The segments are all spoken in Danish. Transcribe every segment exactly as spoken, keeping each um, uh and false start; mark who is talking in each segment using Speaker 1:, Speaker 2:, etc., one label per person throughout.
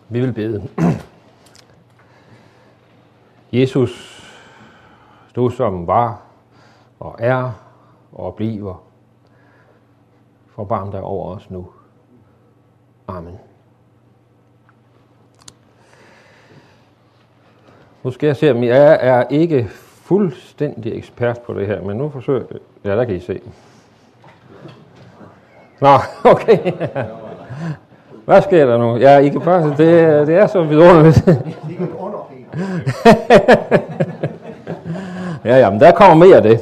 Speaker 1: Vi vil bede. Jesus, du som var og er og bliver, forbarm dig over os nu. Amen. Nu skal jeg se, om jeg er ikke fuldstændig ekspert på det her, men nu forsøger jeg. Ja, der kan I se. Nå, okay. Hvad sker der nu? Ja, I kan bare, det, det er så vidunderligt. Ja, ja, men der kommer mere af det.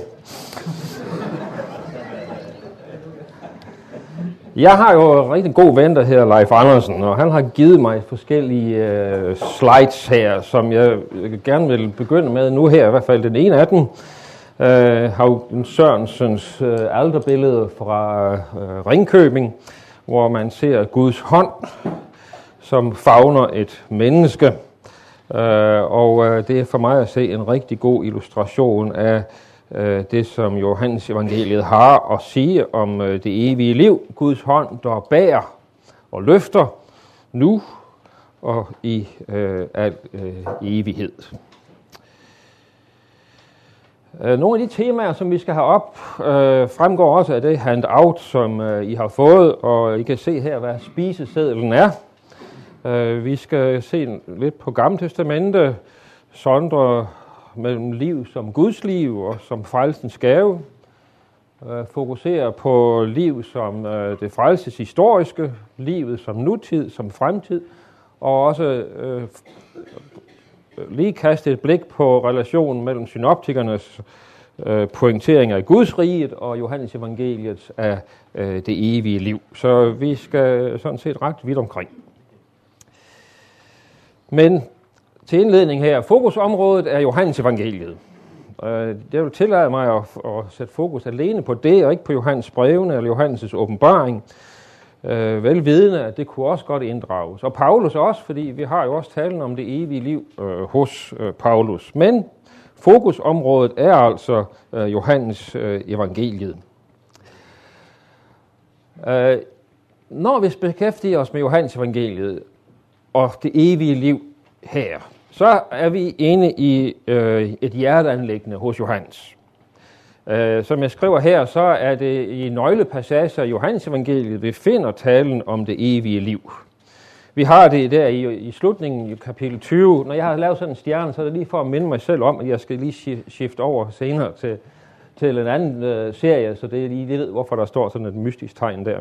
Speaker 1: Jeg har jo en rigtig god ven, der hedder Leif Andersen, og han har givet mig forskellige øh, slides her, som jeg gerne vil begynde med nu her, i hvert fald den ene af dem. Øh, Haugen Sørensens øh, alterbillede fra øh, Ringkøbing, hvor man ser Guds hånd, som favner et menneske. Øh, og øh, det er for mig at se en rigtig god illustration af øh, det, som Johannes evangeliet har at sige om øh, det evige liv. Guds hånd, der bærer og løfter nu og i øh, al øh, evighed. Nogle af de temaer, som vi skal have op, øh, fremgår også af det handout, som øh, I har fået, og I kan se her, hvad spisesedlen er. Øh, vi skal se lidt på Gamle Testamente, sondre mellem liv som Guds liv og som frelsens gave. Øh, fokusere på liv som øh, det frelses historiske, livet som nutid, som fremtid, og også øh, lige kaste et blik på relationen mellem synoptikernes øh, pointeringer af Guds riget og Johannes evangeliets af øh, det evige liv. Så vi skal sådan set ret vidt omkring. Men til indledning her, fokusområdet er Johannes evangeliet. Øh, det vil tillade mig at, at sætte fokus alene på det, og ikke på Johannes brevene eller Johannes' åbenbaring. Øh, velvidende, at det kunne også godt inddrages. Og Paulus også, fordi vi har jo også talen om det evige liv øh, hos øh, Paulus. Men fokusområdet er altså øh, Johannes øh, evangeliet. Øh, når vi beskæftiger os med Johannes evangeliet og det evige liv her, så er vi inde i øh, et hjerteanliggende hos Johannes. Uh, som jeg skriver her, så er det i nøglepassager i Johannes evangeliet, vi finder talen om det evige liv. Vi har det der i, i slutningen i kapitel tyve. Når jeg har lavet sådan en stjerne, så er det lige for at minde mig selv om, at jeg skal lige skifte over senere til, til en anden uh, serie, så det er lige ved, hvorfor der står sådan et mystisk tegn der.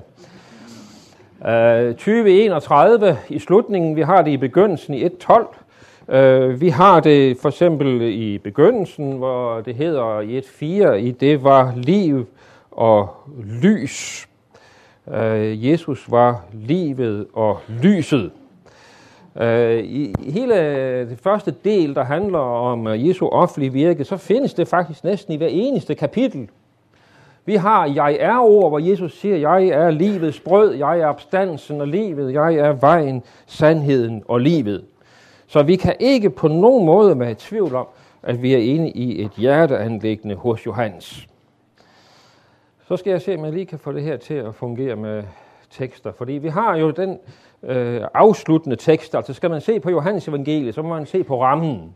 Speaker 1: Uh, tyve enogtredive i slutningen, vi har det i begyndelsen i et tolv. Uh, vi har det for eksempel i begyndelsen, hvor det hedder i et fire, i det var liv og lys. Uh, Jesus var livet og lyset. Uh, I hele det første del, der handler om Jesu offentlige virke, så findes det faktisk næsten i hver eneste kapitel. Vi har jeg er ord, hvor Jesus siger, jeg er livets brød, jeg er opstandelsen og livet, jeg er vejen, sandheden og livet. Så vi kan ikke på nogen måde være i tvivl om, at vi er inde i et hjerteanliggende hos Johannes. Så skal jeg se, om jeg lige kan få det her til at fungere med tekster. Fordi vi har jo den øh, afsluttende tekst. Altså skal man se på Johannes evangeliet, så må man se på rammen.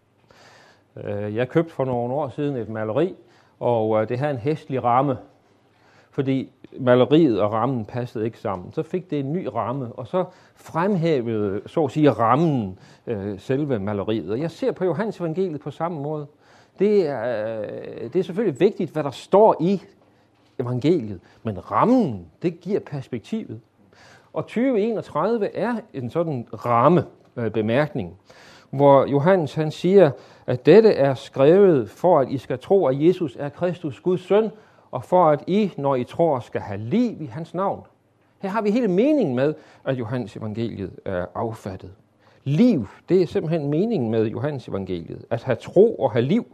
Speaker 1: Øh, jeg købte for nogle år siden et maleri, og øh, det havde en hæslig ramme. Fordi maleriet og rammen passede ikke sammen. Så fik det en ny ramme, og så fremhævede, så at sige, rammen øh, selve maleriet. Og jeg ser på Johannes evangeliet på samme måde. Det er, øh, det er selvfølgelig vigtigt, hvad der står i evangeliet, men rammen, det giver perspektivet. Og tyve enogtredive er en sådan ramme øh, bemærkning, hvor Johannes han siger, at dette er skrevet for, at I skal tro, at Jesus er Kristus, Guds søn, og for at I, når I tror, skal have liv i hans navn. Her har vi hele meningen med, at Johannes evangeliet er affattet. Liv, det er simpelthen meningen med Johannes evangeliet. At have tro og have liv.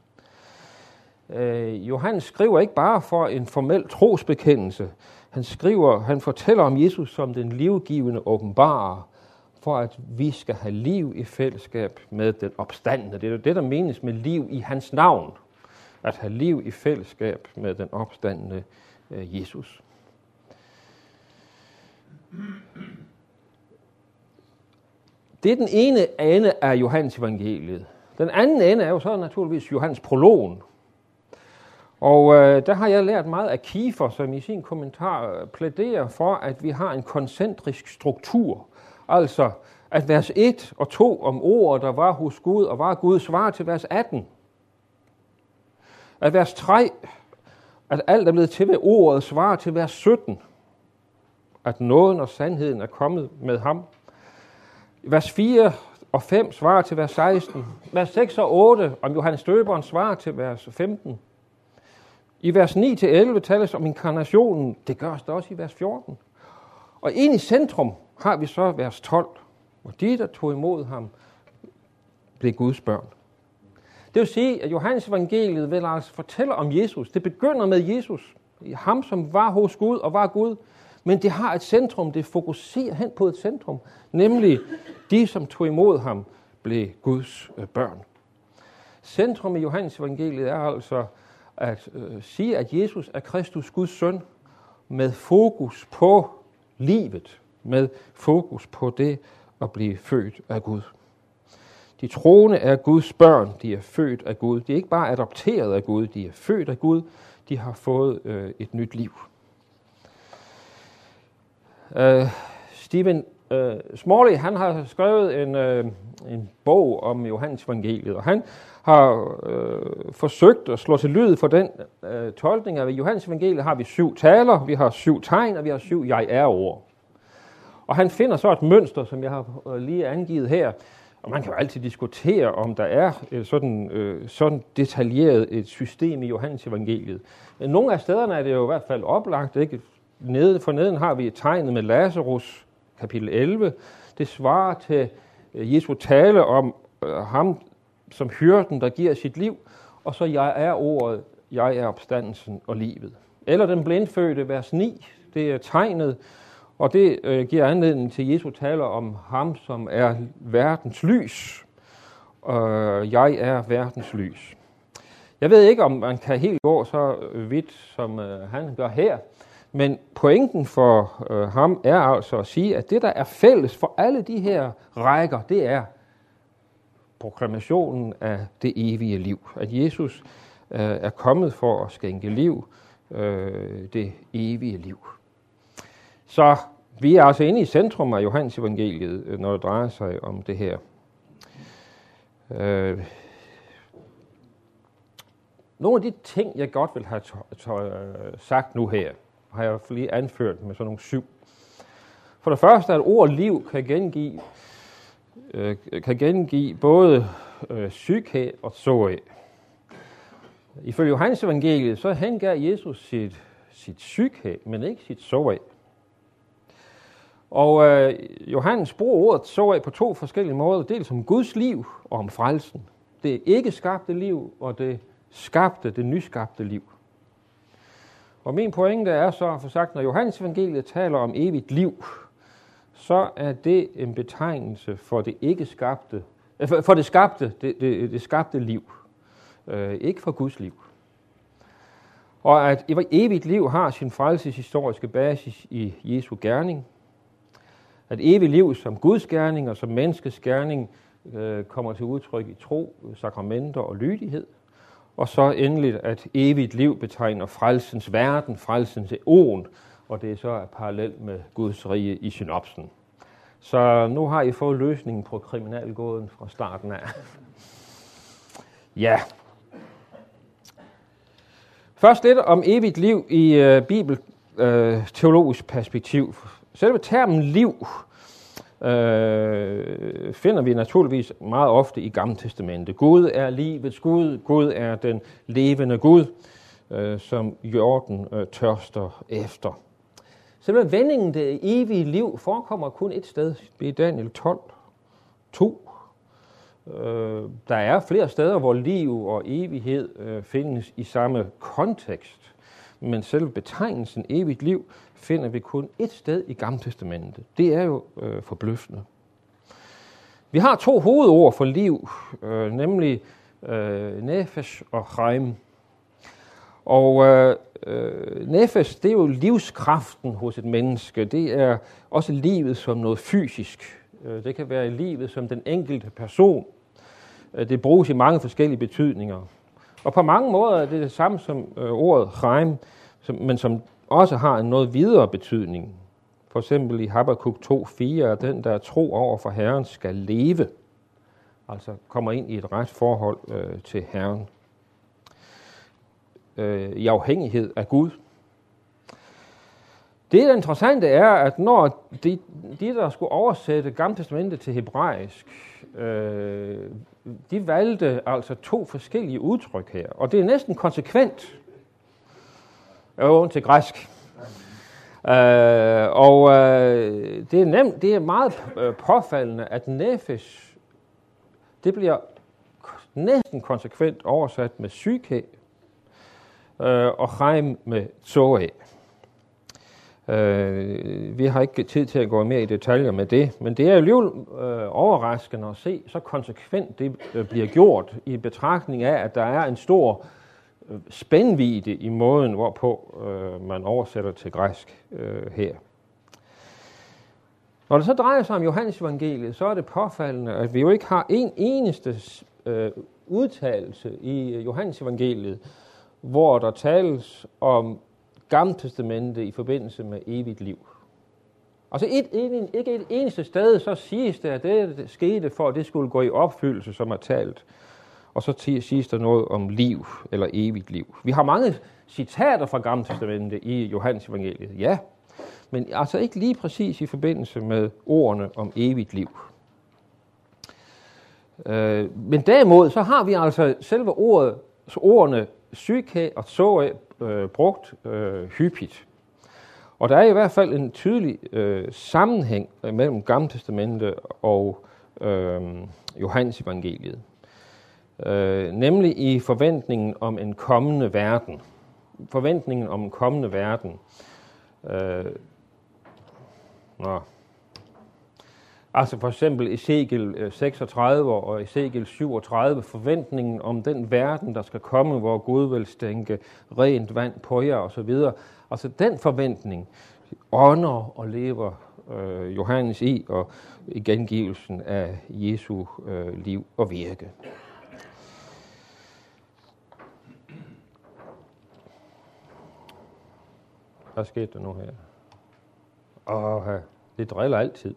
Speaker 1: Øh, Johannes skriver ikke bare for en formel trosbekendelse. Han skriver, han fortæller om Jesus som den livgivende åbenbarer, for at vi skal have liv i fællesskab med den opstandne. Det er jo det, der menes med liv i hans navn. At have liv i fællesskab med den opstandne Jesus. Det er den ene ende af Johannes evangeliet. Den anden ende er jo så naturligvis Johannes prologen. Og øh, der har jeg lært meget af Kiefer, som i sin kommentar plæderer for, at vi har en koncentrisk struktur. Altså, at vers et og to om ordet, der var hos Gud og var Gud, svarer til vers atten. At vers tre, at alt er blevet til ved ordet, svarer til vers sytten. At nåden og sandheden er kommet med ham. Vers fire og fem svarer til vers seksten. Vers seks og otte om Johannes Døberen svarer til vers femten. I vers ni til elleve tales om inkarnationen. Det gørs der også i vers fjorten. Og ind i centrum har vi så vers tolv, hvor de, der tog imod ham, blev Guds børn. Det vil sige, at Johannes evangeliet vil altså fortælle om Jesus. Det begynder med Jesus, ham som var hos Gud og var Gud, men det har et centrum, det fokuserer hen på et centrum, nemlig de, som tog imod ham, blev Guds børn. Centrum i Johannes evangeliet er altså at øh, sige, at Jesus er Kristus, Guds søn, med fokus på livet, med fokus på det at blive født af Gud. De troende er Guds børn, de er født af Gud. De er ikke bare adopteret af Gud, de er født af Gud, de har fået øh, et nyt liv. Uh, Stephen uh, Smalley, han har skrevet en, uh, en bog om Johannes evangeliet, og han har uh, forsøgt at slå til lyd for den uh, tolkning af Johannes evangeliet. Har vi syv taler, vi har syv tegn, og vi har syv jeg-er-ord. Og han finder så et mønster, som jeg har uh, lige angivet her, og man kan jo altid diskutere, om der er uh, sådan, uh, sådan detaljeret et system i Johannes evangeliet. Men nogle af stederne er det jo i hvert fald oplagt, ikke? Nede, for neden har vi tegnet med Lazarus, kapitel elleve. Det svarer til Jesu tale om øh, ham som hyrden, der giver sit liv, og så jeg er ordet, jeg er opstandelsen og livet. Eller den blindfødte, vers ni, det er tegnet, og det øh, giver anledning til Jesu tale om ham, som er verdens lys. Øh, jeg er verdens lys. Jeg ved ikke, om man kan helt gå så vidt, som øh, han gør her, men pointen for øh, ham er altså at sige, at det, der er fælles for alle de her rækker, det er proklamationen af det evige liv. At Jesus øh, er kommet for at skænke liv, øh, det evige liv. Så vi er altså inde i centrum af Johannes evangeliet, når det drejer sig om det her. Øh, nogle af de ting, jeg godt vil have t- t- sagt nu her, har jeg lige anført med sådan nogle syv. For det første, at ord liv kan gengive, øh, kan gengive både øh, psyke og zoe. Ifølge Johannes evangeliet, så hengav Jesus sit, sit psyke, men ikke sit zoe. Og øh, Johannes bruger ordet zoe på to forskellige måder, dels om Guds liv og om frelsen. Det ikke skabte liv, og det skabte, det nyskabte liv. Og min pointe er så at få sagt, når Johannes evangeliet taler om evigt liv, så er det en betegnelse for det ikke skabte, for det skabte, det, det, det skabte liv, øh, ikke for Guds liv. Og at evigt liv har sin frelseshistoriske basis i Jesu gerning, at evigt liv som Guds gerning og som menneskes gerning øh, kommer til udtryk i tro, sakramenter og lydighed. Og så endeligt, at evigt liv betegner frelsens verden, frelsens æon, og det er så parallelt med Guds rige i synopsen. Så nu har I fået løsningen på kriminalgåden fra starten af. Ja. Først lidt om evigt liv i uh, bibelteologisk uh, perspektiv. Selve termen liv øh, finder vi naturligvis meget ofte i Gamle Testamentet. Gud er livets Gud, Gud er den levende Gud, øh, som jorden øh, tørster efter. Selve vendingen det evige liv forekommer kun et sted, i Daniel tolv, to. Øh, der er flere steder, hvor liv og evighed øh, findes i samme kontekst, men selve betegnelsen evigt liv finder vi kun et sted i Gamle Testamentet. Det er jo øh, forbløffende. Vi har to hovedord for liv, øh, nemlig øh, nefesh og chaim. Og øh, øh, nefesh, det er jo livskraften hos et menneske. Det er også livet som noget fysisk. Det kan være livet som den enkelte person. Det bruges i mange forskellige betydninger. Og på mange måder er det det samme som ordet chaim, men som også har en noget videre betydning. For eksempel i Habakuk to fire, den der tro over for Herren skal leve. Altså kommer ind i et ret forhold øh, til Herren. Øh, I afhængighed af Gud. Det der interessante er, at når de, de der skulle oversætte Gamle Testamentet til hebraisk, øh, de valgte altså to forskellige udtryk her. Og det er næsten konsekvent. Jo, til græsk. Øh, og øh, det er nemt, det er meget øh, påfaldende, at nefesh, det bliver næsten konsekvent oversat med psyke, øh, og chaim med zoe. Øh, vi har ikke tid til at gå mere i detaljer med det, men det er jo øh, overraskende at se, så konsekvent det øh, bliver gjort i betragtning af, at der er en stor øh, spændvidde i måden, hvorpå øh, man oversætter til græsk øh, her. Når det så drejer sig om Johannes evangeliet, så er det påfaldende, at vi jo ikke har en eneste øh, udtalelse i Johannes evangeliet, hvor der tales om Gamle Testamentet i forbindelse med evigt liv. Altså et, et, ikke et eneste sted, så siges det, at det skete for, at det skulle gå i opfyldelse, som er talt. Og så siges der noget om liv, eller evigt liv. Vi har mange citater fra Gamle Testamentet i Johannes evangeliet, ja. Men altså ikke lige præcis i forbindelse med ordene om evigt liv. Øh, men derimod, så har vi altså selve ordet, ordene psyke og zoe øh, brugt øh, hyppigt. Og der er i hvert fald en tydelig øh, sammenhæng mellem Gamle Testamentet og øh, Johannes evangeliet. Øh, nemlig i forventningen om en kommende verden. Forventningen om en kommende verden. Øh, nå. Altså for eksempel Ezekiel seksogtredive og Ezekiel syvogtredive, forventningen om den verden, der skal komme, hvor Gud vil stænke rent vand på jer osv. Altså den forventning ånder og lever øh, Johannes i, og i gengivelsen af Jesu øh, liv og virke. Hvad skete der nu her? Åh, det driller altid.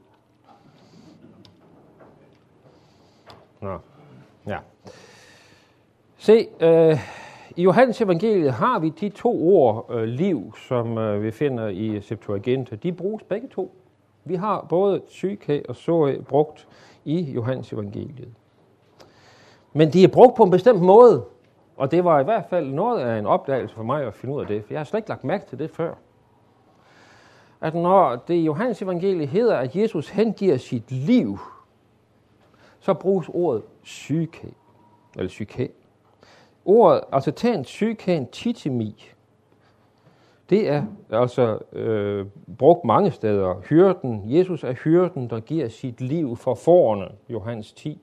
Speaker 1: Nå, ja. Se, øh, i Johannes evangeliet har vi de to ord, øh, liv, som øh, vi finder i Septuaginta. De bruges begge to. Vi har både psyke og zoe brugt i Johannes evangeliet. Men de er brugt på en bestemt måde, og det var i hvert fald noget af en opdagelse for mig at finde ud af det, for jeg har slet ikke lagt mærke til det før. At når det i Johannes evangeliet hedder, at Jesus hengiver sit liv, så bruges ordet psyke, eller psyke. Ordet, altså tag en psyke, en titemi, det er altså øh, brugt mange steder. Hyrden, Jesus er hyrden, der giver sit liv for fårene, Johannes ti.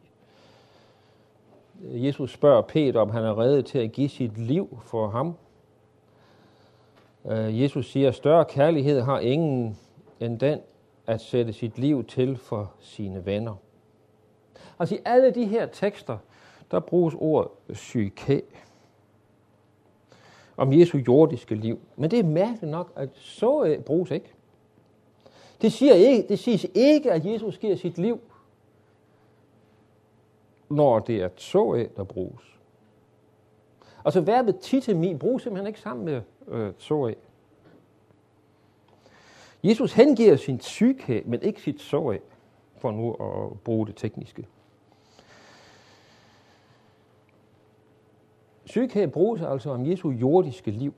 Speaker 1: Jesus spørger Peter, om han er rede til at give sit liv for ham. Øh, Jesus siger, større kærlighed har ingen end den at sætte sit liv til for sine venner. Altså i alle de her tekster, der bruges ordet psyke om Jesu jordiske liv. Men det er mærkeligt nok, at så bruges ikke. Det, siger ikke. det siges ikke, at Jesus giver sit liv, når det er zoe, der bruges. Altså verbet titemi bruges simpelthen ikke sammen med øh, zoe. Jesus hengiver sin psyke, men ikke sit zoe, for nu at bruge det tekniske. Psyke bruges altså om Jesu jordiske liv.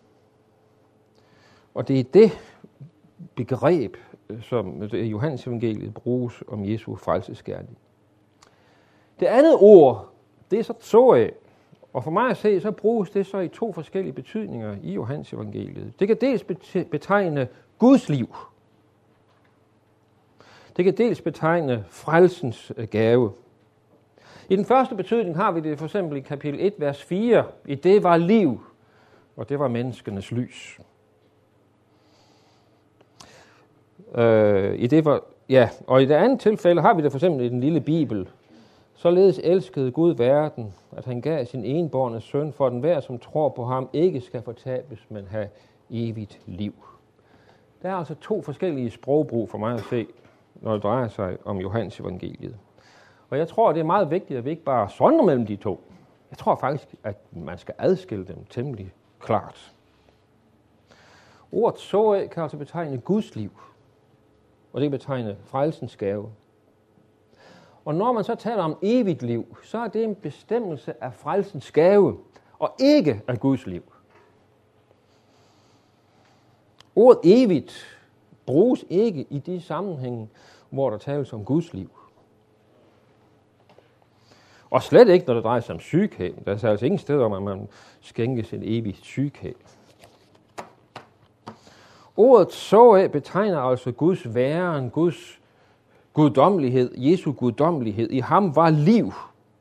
Speaker 1: Og det er det begreb, som Johannes evangeliet bruges om Jesu frelsesgerning. Det andet ord, det er så zoe, og for mig at se, så bruges det så i to forskellige betydninger i Johannes evangeliet. Det kan dels betegne Guds liv. Det kan dels betegne frelsens gave. I den første betydning har vi det for eksempel i kapitel et, vers fire. I det var liv, og det var menneskenes lys. Øh, i det for, ja, og i det andet tilfælde har vi det for eksempel i den lille Bibel. Således elskede Gud verden, at han gav sin enbårne søn, for at enhver, som tror på ham, ikke skal fortabes, men have evigt liv. Der er altså to forskellige sprogbrug for mig at se, når det drejer sig om Johannes evangeliet. Og jeg tror, det er meget vigtigt, at vi ikke bare sondrer mellem de to. Jeg tror faktisk, at man skal adskille dem temmelig klart. Ordet zoe kan altså betegne Guds liv, og det betegner frelsens gave. Og når man så taler om evigt liv, så er det en bestemmelse af frelsens gave, og ikke af Guds liv. Ordet evigt bruges ikke i de sammenhænge, hvor der tales om Guds liv. Og slet ikke, når det drejer sig om syghed. Der er altså ingen sted om, at man skænkes en evig syghed. Ordet zoe betegner altså Guds væren, Guds guddommelighed, Jesu guddommelighed. I ham var liv.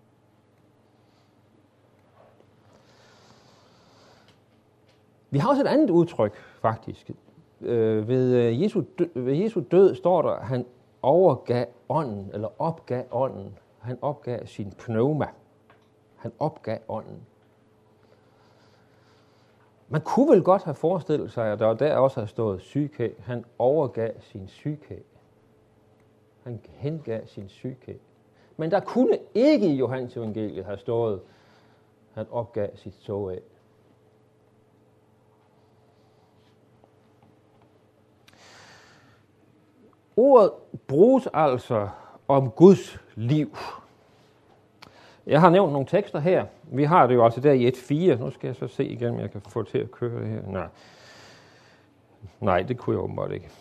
Speaker 1: Vi har også et andet udtryk, faktisk. Øh, ved, Jesu død, ved Jesu død står der, at han overgav ånden, eller opgav ånden. Han opgav sin pneuma. Han opgav ånden. Man kunne vel godt have forestillet sig, at der der også har stået syghed. Han overgav sin syghed. Han hengav sin syghed. Men der kunne ikke i Johannes evangeliet have stået, han opgav sit zoe. Ordet bruges altså om Guds liv. Jeg har nævnt nogle tekster her. Vi har det jo altså der i et fire. Nu skal jeg så se igen, om jeg kan få til at køre det her. Nej, Nej det kunne jeg åbenbart ikke.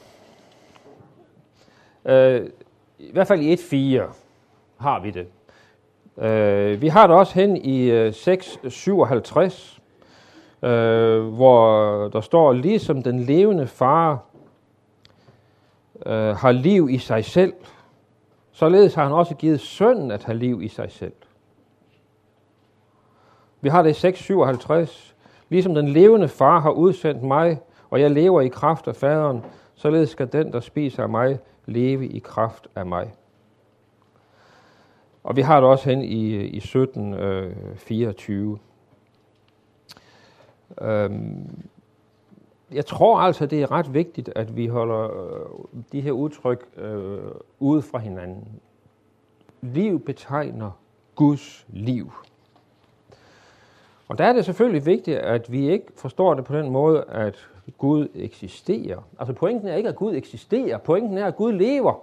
Speaker 1: Uh, I hvert fald i et fire har vi det. Uh, vi har det også hen i uh, seks syvoghalvtreds, uh, hvor der står, ligesom den levende far uh, har liv i sig selv, således har han også givet sønnen at have liv i sig selv. Vi har det i seks syvoghalvtreds. Ligesom den levende far har udsendt mig, og jeg lever i kraft af faderen, således skal den, der spiser af mig, leve i kraft af mig. Og vi har det også hen i, i sytten fireogtyve. Øhm, jeg tror altså, det er ret vigtigt, at vi holder øh, de her udtryk øh, ude fra hinanden. Liv betegner Guds liv. Og der er det selvfølgelig vigtigt, at vi ikke forstår det på den måde, at Gud eksisterer. Altså pointen er ikke, at Gud eksisterer. Pointen er, at Gud lever.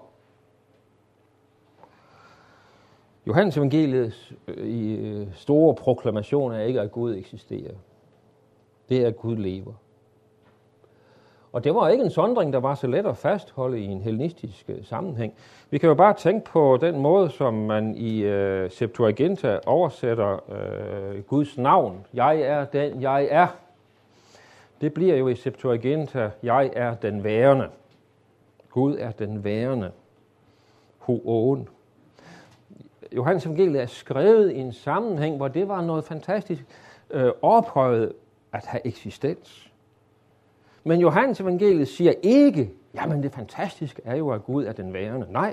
Speaker 1: Johannes evangeliets i store proklamation er ikke, at Gud eksisterer. Det er, at Gud lever. Og det var ikke en sondring, der var så let at fastholde i en hellenistisk sammenhæng. Vi kan jo bare tænke på den måde, som man i uh, Septuaginta oversætter uh, Guds navn. Jeg er den, jeg er. Det bliver jo i Septuaginta, jeg er den værende. Gud er den værende. Huon. Johannes evangeliet er skrevet i en sammenhæng, hvor det var noget fantastisk uh, ophøjet at have eksistens. Men Johannes evangeliet siger ikke, jamen det fantastiske er jo, at Gud er den værende. Nej,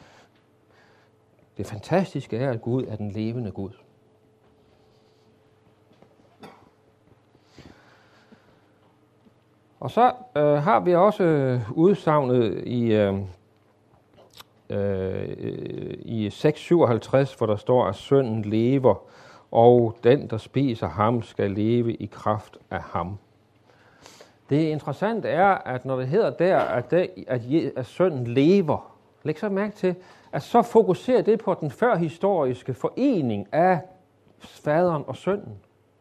Speaker 1: det fantastiske er, at Gud er den levende Gud. Og så øh, har vi også udsagnet i, øh, øh, i seks syvoghalvtreds, hvor der står, at sønnen lever, og den, der spiser ham, skal leve i kraft af ham. Det interessante er, at når det hedder der, at, det, at, at sønnen lever, læg så mærke til, at så fokuserer det på den førhistoriske forening af faderen og sønnen.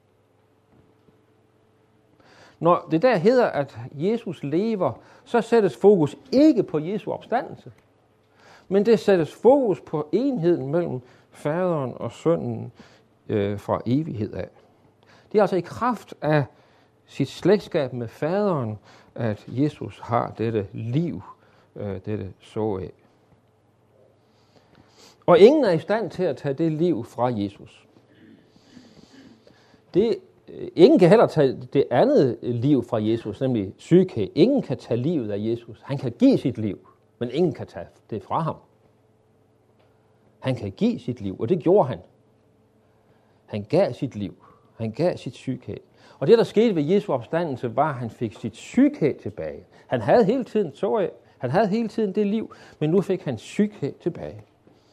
Speaker 1: Når det der hedder, at Jesus lever, så sættes fokus ikke på Jesu opstandelse, men det sættes fokus på enheden mellem faderen og sønnen øh, fra evighed af. Det er altså i kraft af sit slægtskab med faderen, at Jesus har dette liv, øh, dette zoe. Og ingen er i stand til at tage det liv fra Jesus. Det ingen kan heller tage det andet liv fra Jesus, nemlig psyke. Ingen kan tage livet af Jesus. Han kan give sit liv, men ingen kan tage det fra ham. Han kan give sit liv, og det gjorde han. Han gav sit liv. Han gav sit psyke. Og det, der skete ved Jesu opstandelse, var, at han fik sit psyke tilbage. Han havde hele tiden så han havde hele tiden det liv, men nu fik han psyke tilbage.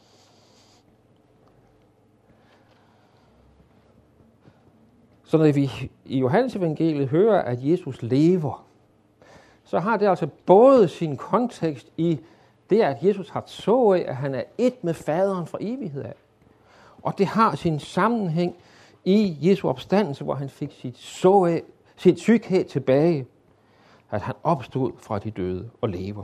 Speaker 1: Så når vi i Johannes evangeliet hører, at Jesus lever, så har det altså både sin kontekst i det, at Jesus har så af, at han er et med faderen fra evighed af. Og det har sin sammenhæng i Jesu opstandelse, hvor han fik sit så af, sit psyke tilbage, at han opstod fra de døde og lever.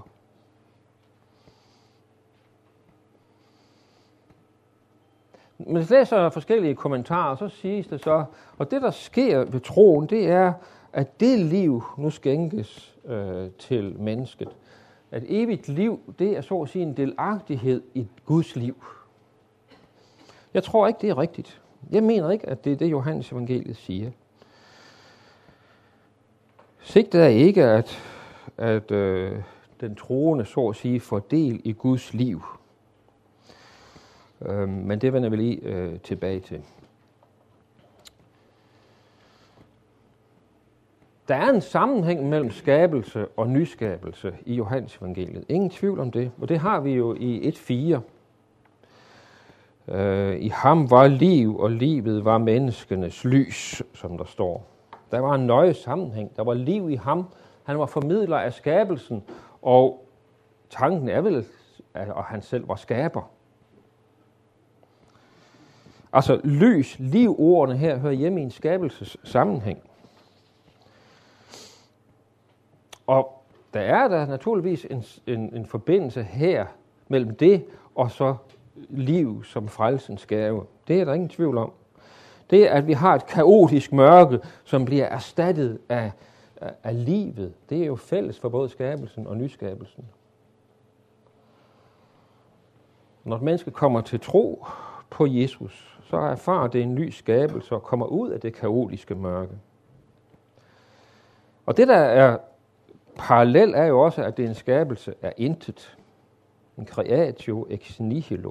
Speaker 1: Men hvis jeg læser forskellige kommentarer, så siges det så, og det der sker ved troen, det er, at det liv nu skænkes øh, til mennesket. At evigt liv, det er så at sige en delagtighed i Guds liv. Jeg tror ikke, det er rigtigt. Jeg mener ikke, at det er det, Johannes evangeliet siger. Sigtet er ikke, at, at øh, den troende så at sige får del i Guds liv. Øh, men det vender vi lige øh, tilbage til. Der er en sammenhæng mellem skabelse og nyskabelse i Johannes evangeliet. Ingen tvivl om det. Og det har vi jo i et fire. Øh, I ham var liv, og livet var menneskenes lys, som der står. Der var en nøje sammenhæng. Der var liv i ham. Han var formidler af skabelsen, og tanken er vel, at han selv var skaber. Altså lys, liv, ordene her hører hjemme i en skabelsessammenhæng. Og der er der naturligvis en, en, en forbindelse her mellem det og så liv som frelsens gave. Det er der ingen tvivl om. Det, at vi har et kaotisk mørke, som bliver erstattet af, af, af livet, det er jo fælles for både skabelsen og nyskabelsen. Når et menneske kommer til tro på Jesus, så erfarer det en ny skabelse og kommer ud af det kaotiske mørke. Og det, der er parallel, er jo også, at det er en skabelse af intet. En creatio ex nihilo.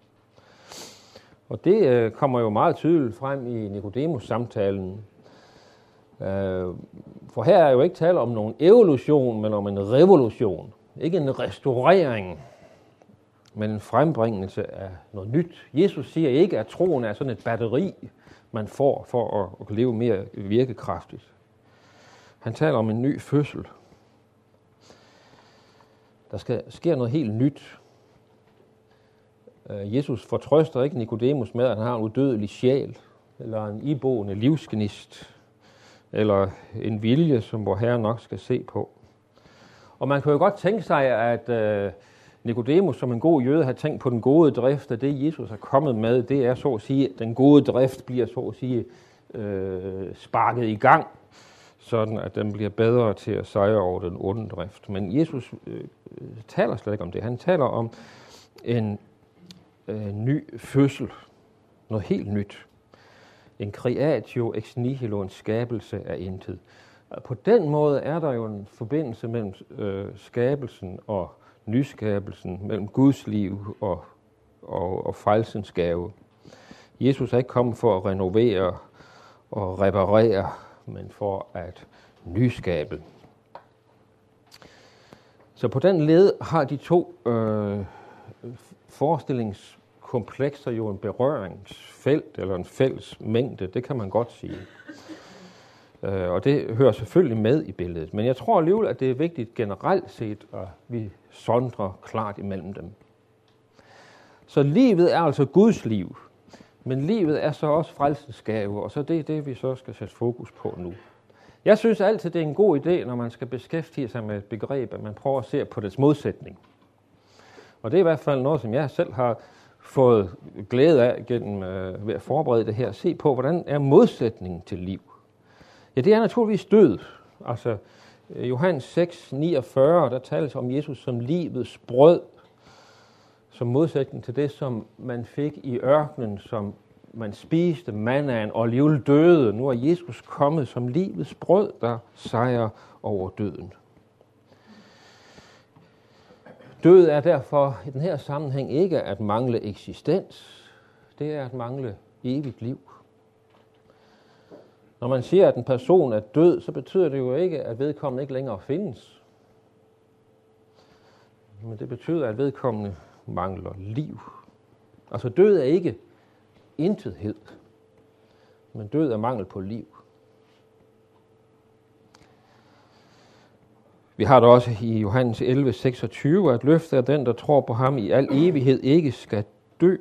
Speaker 1: Og det øh, kommer jo meget tydeligt frem i Nikodemus-samtalen. Øh, for her er jo ikke tale om nogen evolution, men om en revolution. Ikke en restaurering, men en frembringelse af noget nyt. Jesus siger ikke, at troen er sådan et batteri, man får for at, at leve mere virkekraftigt. Han taler om en ny fødsel. Der skal ske noget helt nyt. Jesus fortrøster ikke Nikodemus med, at han har en udødelig sjæl, eller en iboende livsgnist, eller en vilje, som vor Herre nok skal se på. Og man kan jo godt tænke sig, at øh, Nikodemus som en god jøde har tænkt på den gode drift, og det Jesus er kommet med, det er så at sige, at den gode drift bliver så at sige øh, sparket i gang, sådan at den bliver bedre til at sejre over den onde drift. Men Jesus øh, taler slet ikke om det. Han taler om en øh, ny fødsel. Noget helt nyt. En creatio ex nihilo, en skabelse af intet. På den måde er der jo en forbindelse mellem øh, skabelsen og nyskabelsen, mellem Guds liv og, og, og frelsens gave. Jesus er ikke kommet for at renovere og reparere, men for at nyskabe. Så på den led har de to øh, forestillingskomplekser jo en berøringsfelt, eller en fælles mængde, det kan man godt sige. Øh, og det hører selvfølgelig med i billedet. Men jeg tror alligevel, at det er vigtigt generelt set, at vi sondrer klart imellem dem. Så livet er altså Guds liv. Men livet er så også frelsens gave, og så det er det, vi så skal sætte fokus på nu. Jeg synes altid, det er en god idé, når man skal beskæftige sig med et begreb, at man prøver at se på dets modsætning. Og det er i hvert fald noget, som jeg selv har fået glæde af gennem, øh, ved at forberede det her. Se på, hvordan er modsætningen til liv? Ja, det er naturligvis død. Altså, Johannes seks niogfyrre, der tales om Jesus som livets brød, som modsætning til det, som man fik i ørkenen som man spiste mannaen og alligevel døde. Nu er Jesus kommet som livets brød, der sejrer over døden. Død er derfor i den her sammenhæng ikke at mangle eksistens. Det er at mangle evigt liv. Når man siger, at en person er død, så betyder det jo ikke, at vedkommende ikke længere findes. Men det betyder, at vedkommende mangler liv. Altså død er ikke intethed, men død er mangel på liv. Vi har det også i Johannes elleve seksogtyve, at løftet er den, der tror på ham i al evighed, ikke skal dø.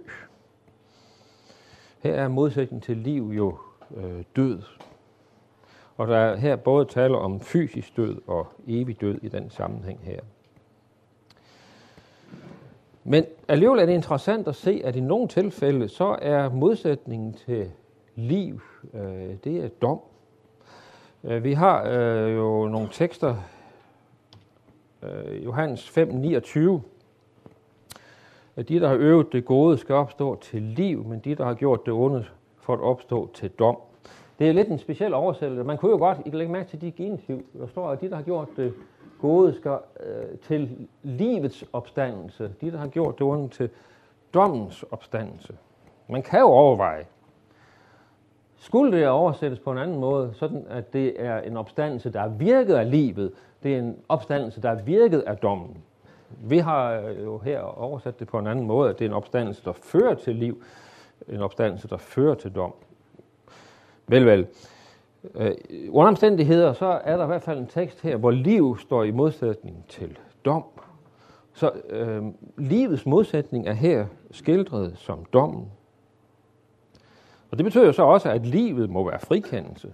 Speaker 1: Her er modsætning til liv jo øh, død. Og der er her både tale om fysisk død og evig død i den sammenhæng her. Men alligevel er det interessant at se, at i nogle tilfælde, så er modsætningen til liv, øh, det er dom. Øh, vi har øh, jo nogle tekster, øh, Johannes fem niogtyve. De, der har øvet det gode, skal opstå til liv, men de, der har gjort det onde, for at opstå til dom. Det er lidt en speciel oversættelse. Man kunne jo godt, I kan lægge mærke til de genitiv. Der står, at de, der har gjort det gode, skal øh, til livets opstandelse. De, der har gjort det onde, til dommens opstandelse. Man kan jo overveje. Skulle det oversættes på en anden måde, sådan at det er en opstandelse, der er virket af livet, det er en opstandelse, der er virket af dommen. Vi har jo her oversat det på en anden måde, at det er en opstandelse, der fører til liv, en opstandelse, der fører til dom. Vel, vel. Øh, under omstændigheder, så er der i hvert fald en tekst her, hvor liv står i modsætning til dom. Så øh, livets modsætning er her skildret som dommen. Og det betyder jo så også, at livet må være frikendelse.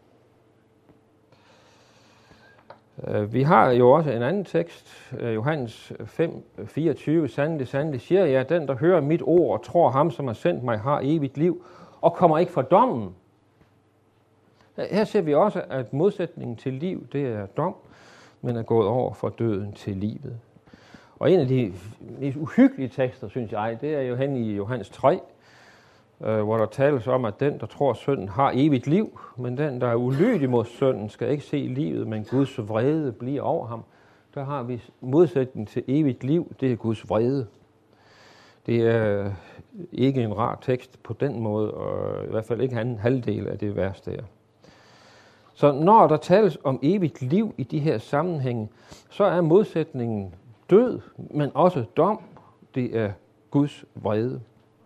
Speaker 1: Øh, vi har jo også en anden tekst, øh, Johannes fem fireogtyve, sandelig, sandelig siger jeg, den der hører mit ord og tror ham, som har sendt mig, har evigt liv, og kommer ikke fra dommen. Her ser vi også, at modsætningen til liv, det er dom, men er gået over fra døden til livet. Og en af de mest uhyggelige tekster, synes jeg, det er jo hen i Johannes tre, øh, hvor der tales om, at den, der tror synden, har evigt liv, men den, der er ulydig mod synden, skal ikke se livet, men Guds vrede bliver over ham. Der har vi modsætningen til evigt liv, det er Guds vrede. Det er ikke en rar tekst på den måde, og i hvert fald ikke en halvdel af det værste her. Så når der tales om evigt liv i de her sammenhænge, så er modsætningen død, men også dom. Det er Guds vrede.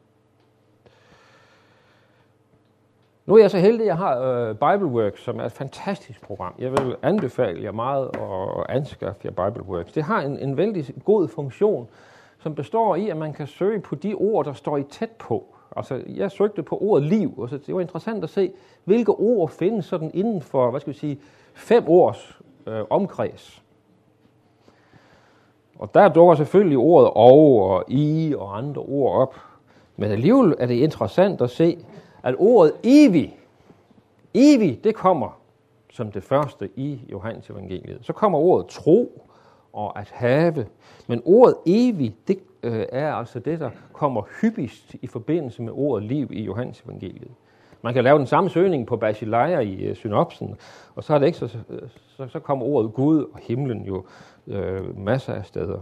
Speaker 1: Nu er jeg så heldig, at jeg har uh, BibleWorks, som er et fantastisk program. Jeg vil anbefale jer meget at anskaffe jer BibleWorks. Det har en, en vældig god funktion, som består i, at man kan søge på de ord, der står i tæt på. Altså, jeg søgte på ordet liv, og så det var interessant at se, hvilke ord findes sådan inden for, hvad skal vi sige, fem års øh, omkreds. Og der dukker selvfølgelig ordet og og i og andre ord op. Men alligevel er det interessant at se, at ordet evig, evig, det kommer som det første i Johannes evangeliet. Så kommer ordet tro og at have. Men ordet evig, det øh, er altså det, der kommer hyppigst i forbindelse med ordet liv i Johannes evangeliet. Man kan lave den samme søgning på basileia i øh, synopsen, og så, er det ikke så, så, så kommer ordet Gud og himlen jo øh, masser af steder.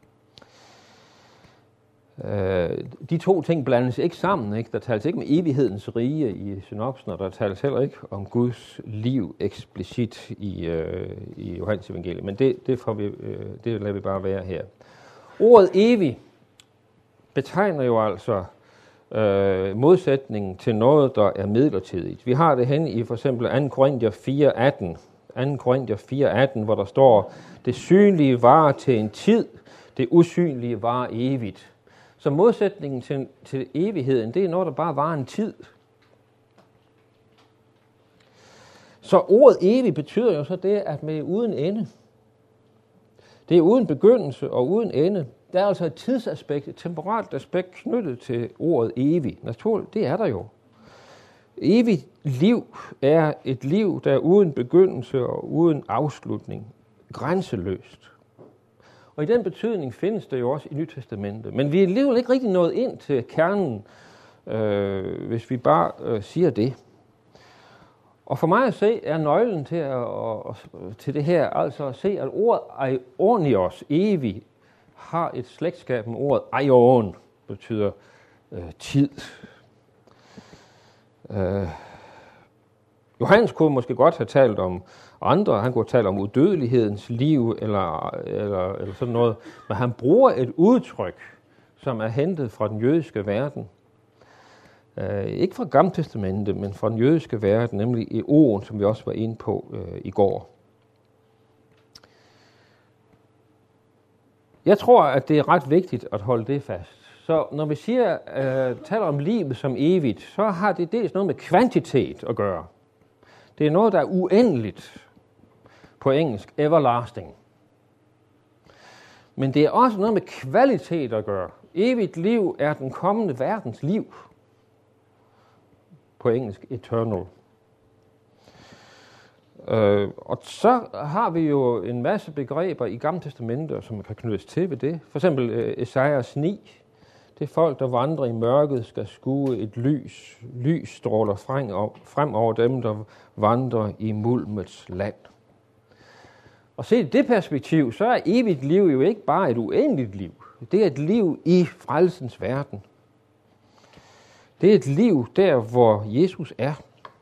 Speaker 1: Øh, de to ting blandes ikke sammen. Ikke? Der tales ikke med evighedens rige i synopsen, og der tales heller ikke om Guds liv eksplicit i, øh, i Johannes evangeliet. Men det, det, får vi, øh, det lader vi bare være her. Ordet evig betegner jo altså øh, modsætningen til noget, der er midlertidigt. Vi har det hen i for eksempel anden Korinther fire atten. anden Korinther fire atten, hvor der står, det synlige varer til en tid, det usynlige varer evigt. Så modsætningen til, til evigheden, det er noget, der bare varer en tid. Så ordet evig betyder jo så det, at med uden ende. Det er uden begyndelse og uden ende. Der er altså et tidsaspekt, et temporalt aspekt knyttet til ordet evig. Naturligt, det er der jo. Evigt liv er et liv, der er uden begyndelse og uden afslutning. Grænseløst. Og i den betydning findes det jo også i Nyt Testamentet. Men vi er alligevel ikke rigtig nået ind til kernen øh, hvis vi bare øh, siger det. Og for mig at se er nøglen til, at, og, til det her, altså at se, at ordet aionios, evig, har et slægtskab med ordet aion, betyder øh, tid. Øh, Johannes kunne måske godt have talt om andre, han kunne have talt om udødelighedens liv, eller, eller, eller sådan noget, men han bruger et udtryk, som er hentet fra den jødiske verden. Uh, ikke fra Gamle Testamentet, men fra den jødiske verden, nemlig i orden, som vi også var inde på uh, i går. Jeg tror, at det er ret vigtigt at holde det fast. Så når vi siger, uh, taler om livet som evigt, så har det dels noget med kvantitet at gøre. Det er noget, der er uendeligt på engelsk, everlasting. Men det er også noget med kvalitet at gøre. Evigt liv er den kommende verdens liv. På engelsk, eternal. Øh, og så har vi jo en masse begreber i Gamle Testamentet, som kan knyttes til ved det. For eksempel øh, Esajas ni. Det folk, der vandrer i mørket, skal skue et lys. Lys stråler frem over dem, der vandrer i mulmets land. Og set i det perspektiv, så er evigt liv jo ikke bare et uendeligt liv. Det er et liv i frelsens verden. Det er et liv der, hvor Jesus er.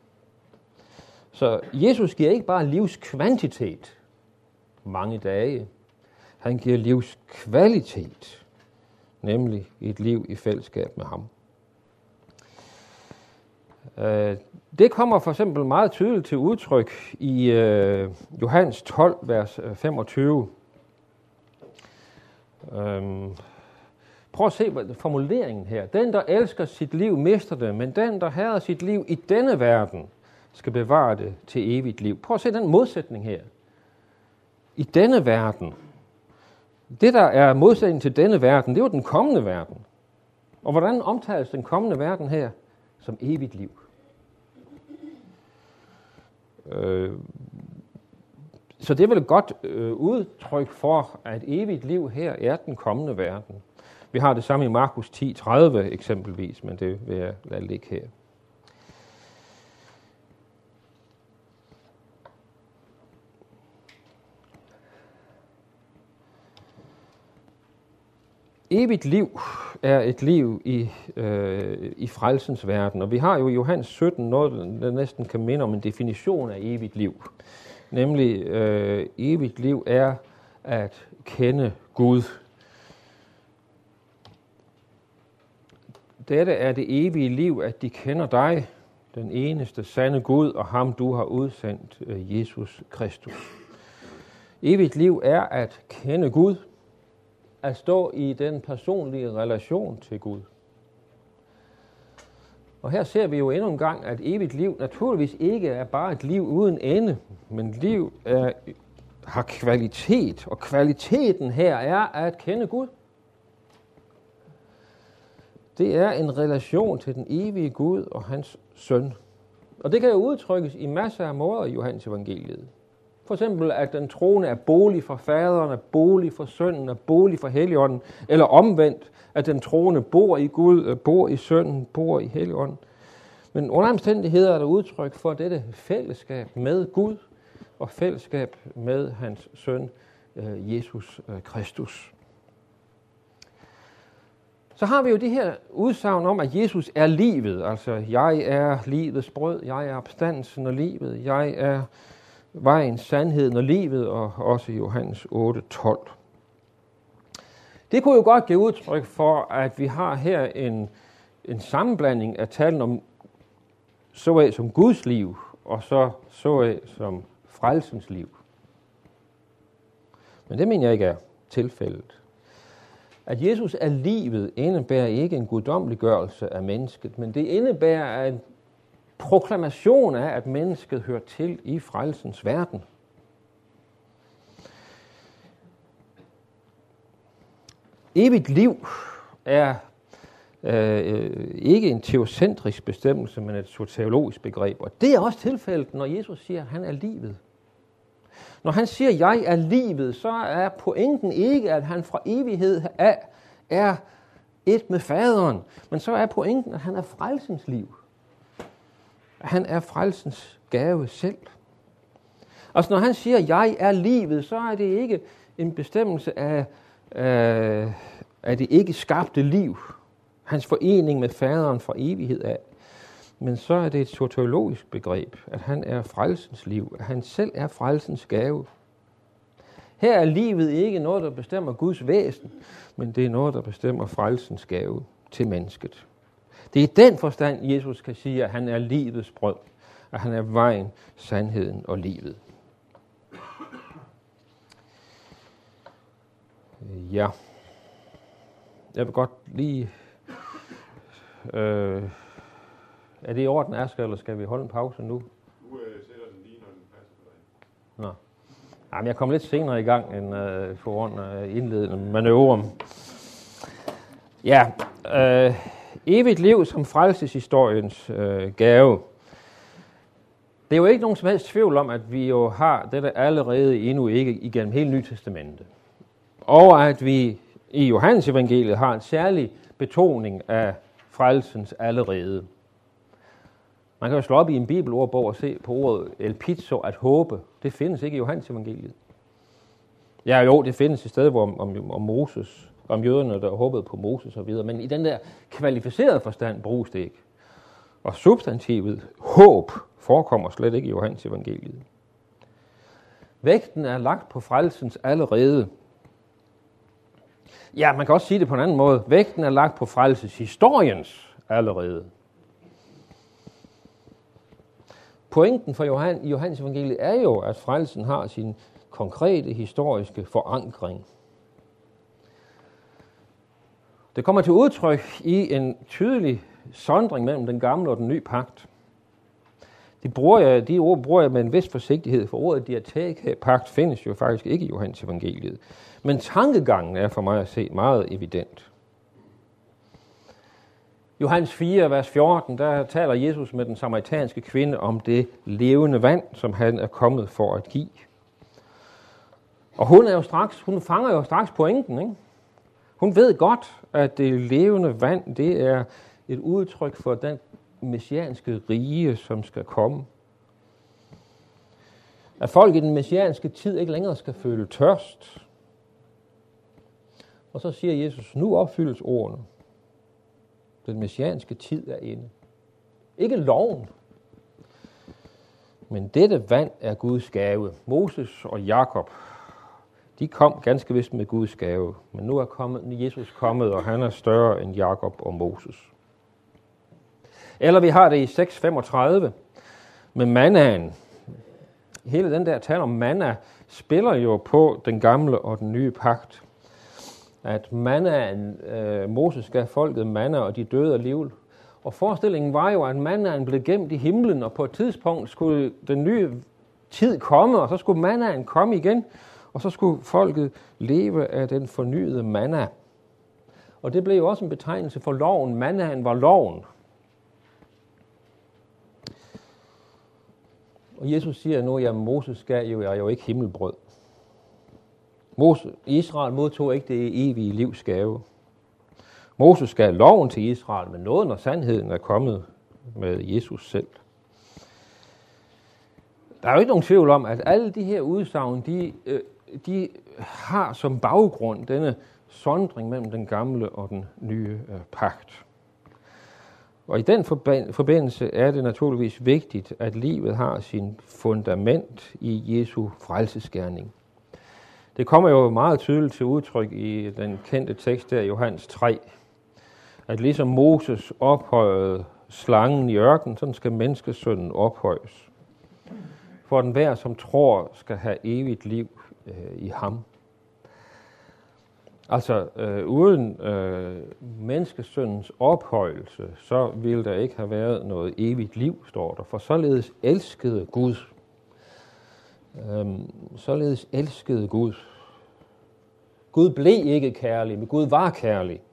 Speaker 1: Så Jesus giver ikke bare livskvantitet, mange dage. Han giver livskvalitet, nemlig et liv i fællesskab med ham. Det kommer for eksempel meget tydeligt til udtryk i Johannes tolv, vers femogtyve. Prøv at se formuleringen her. Den, der elsker sit liv, mister det, men den, der hader sit liv i denne verden, skal bevare det til evigt liv. Prøv at se den modsætning her. I denne verden. Det, der er modsætning til denne verden, det er jo den kommende verden. Og hvordan omtales den kommende verden her? Som evigt liv. Øh, så det er vel et godt øh, udtryk for, at evigt liv her er den kommende verden. Vi har det samme i Markus ti tredive eksempelvis, men det vil jeg lade ligge her. Evigt liv er et liv i, øh, i frelsens verden, og vi har jo i Johannes sytten noget, der næsten kan minde om en definition af evigt liv. Nemlig, øh, evigt liv er at kende Gud. Dette er det evige liv, at de kender dig, den eneste sande Gud, og ham du har udsendt, øh, Jesus Kristus. Evigt liv er at kende Gud, at stå i den personlige relation til Gud. Og her ser vi jo endnu en gang, at evigt liv naturligvis ikke er bare et liv uden ende, men liv er, har kvalitet, og kvaliteten her er at kende Gud. Det er en relation til den evige Gud og hans søn. Og det kan jo udtrykkes i masser af måder i Johannes evangeliet. For eksempel, at den troende er bolig for faderen, er bolig for sønnen, er bolig for Helligånden, eller omvendt, at den troende bor i Gud, bor i sønnen, bor i Helligånden. Men under omstændigheder er der udtryk for dette fællesskab med Gud og fællesskab med hans søn, Jesus Kristus. Så har vi jo det her udsagn om, at Jesus er livet. Altså, jeg er livets brød, jeg er opstandelsen og livet, jeg er vejen, sandheden og livet, og også Johannes otte tolv. Det kunne jo godt give udtryk for, at vi har her en, en sammenblanding af talen om så af som Guds liv, og så så af som frelsens liv. Men det mener jeg ikke er tilfældet. At Jesus er livet indebærer ikke en guddommeliggørelse af mennesket, men det indebærer en proklamation af, at mennesket hører til i frelsens verden. Evigt liv er øh, ikke en teocentrisk bestemmelse, men et soteriologisk begreb. Og det er også tilfældet, når Jesus siger, at han er livet. Når han siger, at jeg er livet, så er pointen ikke, at han fra evighed af er et med faderen. Men så er pointen, at han er frelsens liv. Han er frelsens gave selv. Altså når han siger, at jeg er livet, så er det ikke en bestemmelse af, af, af det ikke skabte liv. Hans forening med faderen fra evighed af. Men så er det et soteriologisk begreb, at han er frelsens liv, at han selv er frelsens gave. Her er livet ikke noget, der bestemmer Guds væsen, men det er noget, der bestemmer frelsens gave til mennesket. Det er i den forstand, Jesus kan sige, at han er livets brød, at han er vejen, sandheden og livet. Ja, jeg vil godt lige... Øh, er det i orden, Asger, eller skal vi holde en pause nu?
Speaker 2: Nu øh, sætter den lige, når den passer for dig.
Speaker 1: Nå. Jamen, jeg kom lidt senere i gang end øh, foran øh, indledende manøvre. Ja, øh, evigt liv som frelseshistoriens øh, gave. Det er jo ikke nogen som helst tvivl om, at vi jo har dette allerede endnu ikke igennem hele Nye Testamentet. Og at vi i Johannes evangeliet har en særlig betoning af frelsens allerede. Man kan jo slå op i en bibelordbog og se på ordet elpizo, at håbe. Det findes ikke i Johannes evangeliet. Ja jo, det findes i stedet hvor om, om, om Moses, om jøderne, der håbede på Moses og videre. Men i den der kvalificerede forstand bruges det ikke. Og substantivet håb forekommer slet ikke i Johannes evangeliet. Vægten er lagt på frelsens allerede. Ja, man kan også sige det på en anden måde. Vægten er lagt på frelseshistoriens allerede. Pointen for Johan, i Johannes evangeliet er jo, at frelsen har sin konkrete historiske forankring. Det kommer til udtryk i en tydelig sondring mellem den gamle og den nye pagt. De, bruger jeg, de ord bruger jeg med en vis forsigtighed, for ordet diateka-pagt findes jo faktisk ikke i Johannes evangeliet. Men tankegangen er for mig at se meget evident. Johannes fire, vers fjorten, der taler Jesus med den samaritanske kvinde om det levende vand, som han er kommet for at give. Og hun er jo straks, hun fanger jo straks pointen, ikke? Hun ved godt, at det levende vand, det er et udtryk for den messianske rige, som skal komme. At folk i den messianske tid ikke længere skal føle tørst. Og så siger Jesus, nu opfyldes ordene. Den messianske tid er inde. Ikke loven, men dette vand er Guds gave. Moses og Jakob, de kom ganske vist med Guds gave, men nu er kommet, Jesus kommet, og han er større end Jakob og Moses. Eller vi har det i seks femogtredive med mannaen. Hele den der tale om manna spiller jo på den gamle og den nye pagt. At mannaen, øh, Moses gav folket manna, og de døde alligevel. Og forestillingen var jo, at mannaen blev gemt i himlen, og på et tidspunkt skulle den nye tid komme, og så skulle mannaen komme igen, og så skulle folket leve af den fornyede manna. Og det blev jo også en betegnelse for loven. Mannaen var loven. Og Jesus siger nu, at Moses gav jo, er jo ikke himmelbrød. Moses, Israel modtog ikke det evige livs gave. Moses gav loven til Israel, men nåden og sandheden er kommet med Jesus selv. Der er jo ikke nogen tvivl om, at alle de her udsagn, de, de har som baggrund denne sondring mellem den gamle og den nye pagt. Og i den forbindelse er det naturligvis vigtigt, at livet har sin fundament i Jesu frelsesgerning. Det kommer jo meget tydeligt til udtryk i den kendte tekst der i Johannes tre, at ligesom Moses ophøjede slangen i ørkenen, sådan skal menneskesønnen ophøjes. For den hver, som tror, skal have evigt liv øh, i ham. Altså, øh, uden øh, menneskesøndens ophøjelse, så ville der ikke have været noget evigt liv, står der. For således elskede Gud. Øhm, således elskede Gud. Gud blev ikke kærlig, men Gud var kærlig.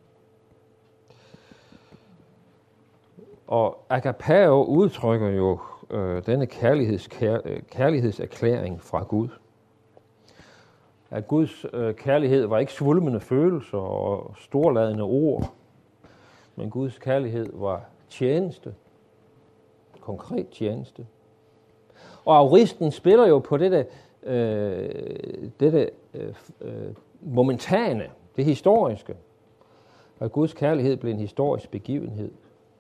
Speaker 1: Og agapao udtrykker jo øh, denne kærligheds, kær, kærlighedserklæring fra Gud. At Guds øh, kærlighed var ikke svulmende følelser og storladende ord, men Guds kærlighed var tjeneste, konkret tjeneste. Og auristen spiller jo på dette, øh, dette øh, momentane, det historiske, at Guds kærlighed blev en historisk begivenhed.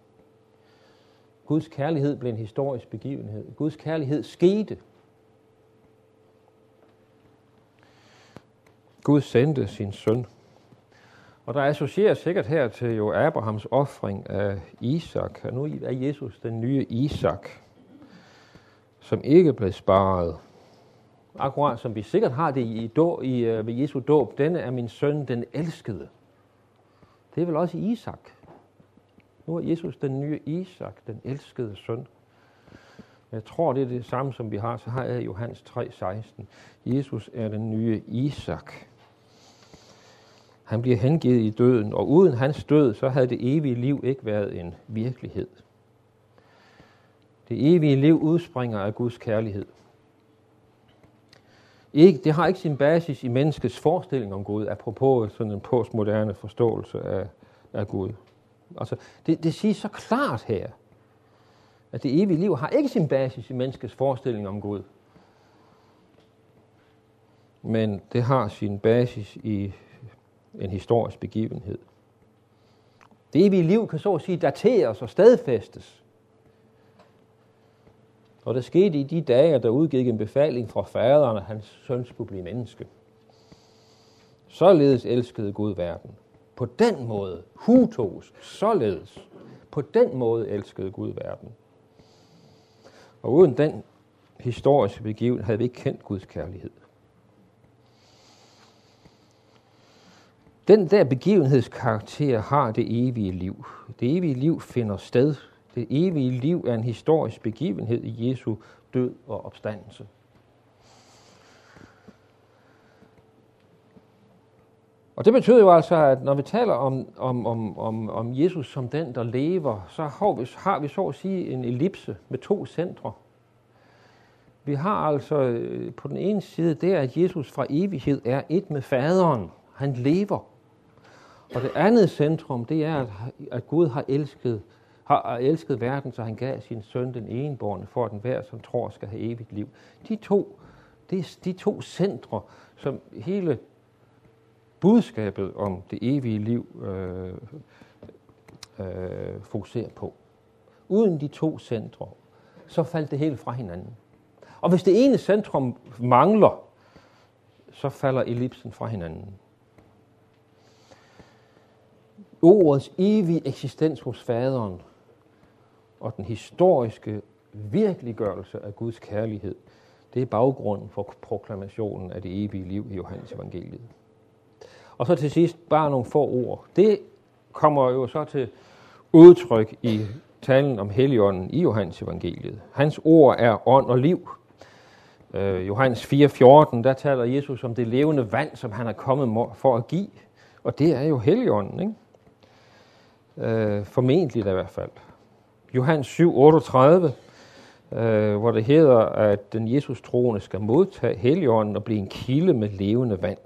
Speaker 1: Guds kærlighed blev en historisk begivenhed. Guds kærlighed skete. Gud sendte sin søn. Og der associeres sikkert her til jo Abrahams ofring af Isak. Og nu er Jesus den nye Isak, som ikke blev sparet. Akkurat som vi sikkert har det i, i, ved Jesu dåb. Denne er min søn, den elskede. Det er vel også Isak. Nu er Jesus den nye Isak, den elskede søn. Jeg tror, det er det samme, som vi har. Så har jeg Johannes tre seksten. Jesus er den nye Isak. Han bliver hengivet i døden, og uden hans død, så havde det evige liv ikke været en virkelighed. Det evige liv udspringer af Guds kærlighed. Ikke, det har ikke sin basis i menneskets forestilling om Gud, apropos sådan en postmoderne forståelse af, af Gud. Altså, det, det siges så klart her, at det evige liv har ikke sin basis i menneskets forestilling om Gud. Men det har sin basis i en historisk begivenhed. Det evige liv kan så at sige dateres og stadfæstes. Og der skete i de dage, der udgik en befaling fra faderen, at hans søn skulle blive menneske. Således elskede Gud verden. På den måde, hutos, således, på den måde elskede Gud verden. Og uden den historiske begivenhed havde vi ikke kendt Guds kærlighed. Den der begivenhedskarakter har det evige liv. Det evige liv finder sted. Det evige liv er en historisk begivenhed i Jesu død og opstandelse. Og det betyder jo altså, at når vi taler om, om, om, om, om Jesus som den, der lever, så har vi, har vi så at sige en ellipse med to centre. Vi har altså på den ene side det, at Jesus fra evighed er et med faderen. Han lever. Og det andet centrum, det er, at, at Gud har elsket, har elsket verden, så han gav sin søn den enebårne, for at enhver, som tror, skal have evigt liv. De to, det er de to centre, som hele budskabet om det evige liv øh, øh, fokuserer på. Uden de to centre, så faldt det hele fra hinanden. Og hvis det ene centrum mangler, så falder ellipsen fra hinanden. Ordets evige eksistens hos faderen og den historiske virkeliggørelse af Guds kærlighed, det er baggrunden for proklamationen af det evige liv i Johannes evangeliet. Og så til sidst bare nogle få ord. Det kommer jo så til udtryk i talen om Helligånden i Johannes evangeliet. Hans ord er ånd og liv. Øh, Johannes fire fjorten, der taler Jesus om det levende vand, som han er kommet for at give. Og det er jo Helligånden, ikke? Øh, formentlig i hvert fald. Johannes syv otteogtredive, øh, hvor det hedder, at den Jesus troende skal modtage Helligånden og blive en kilde med levende vand.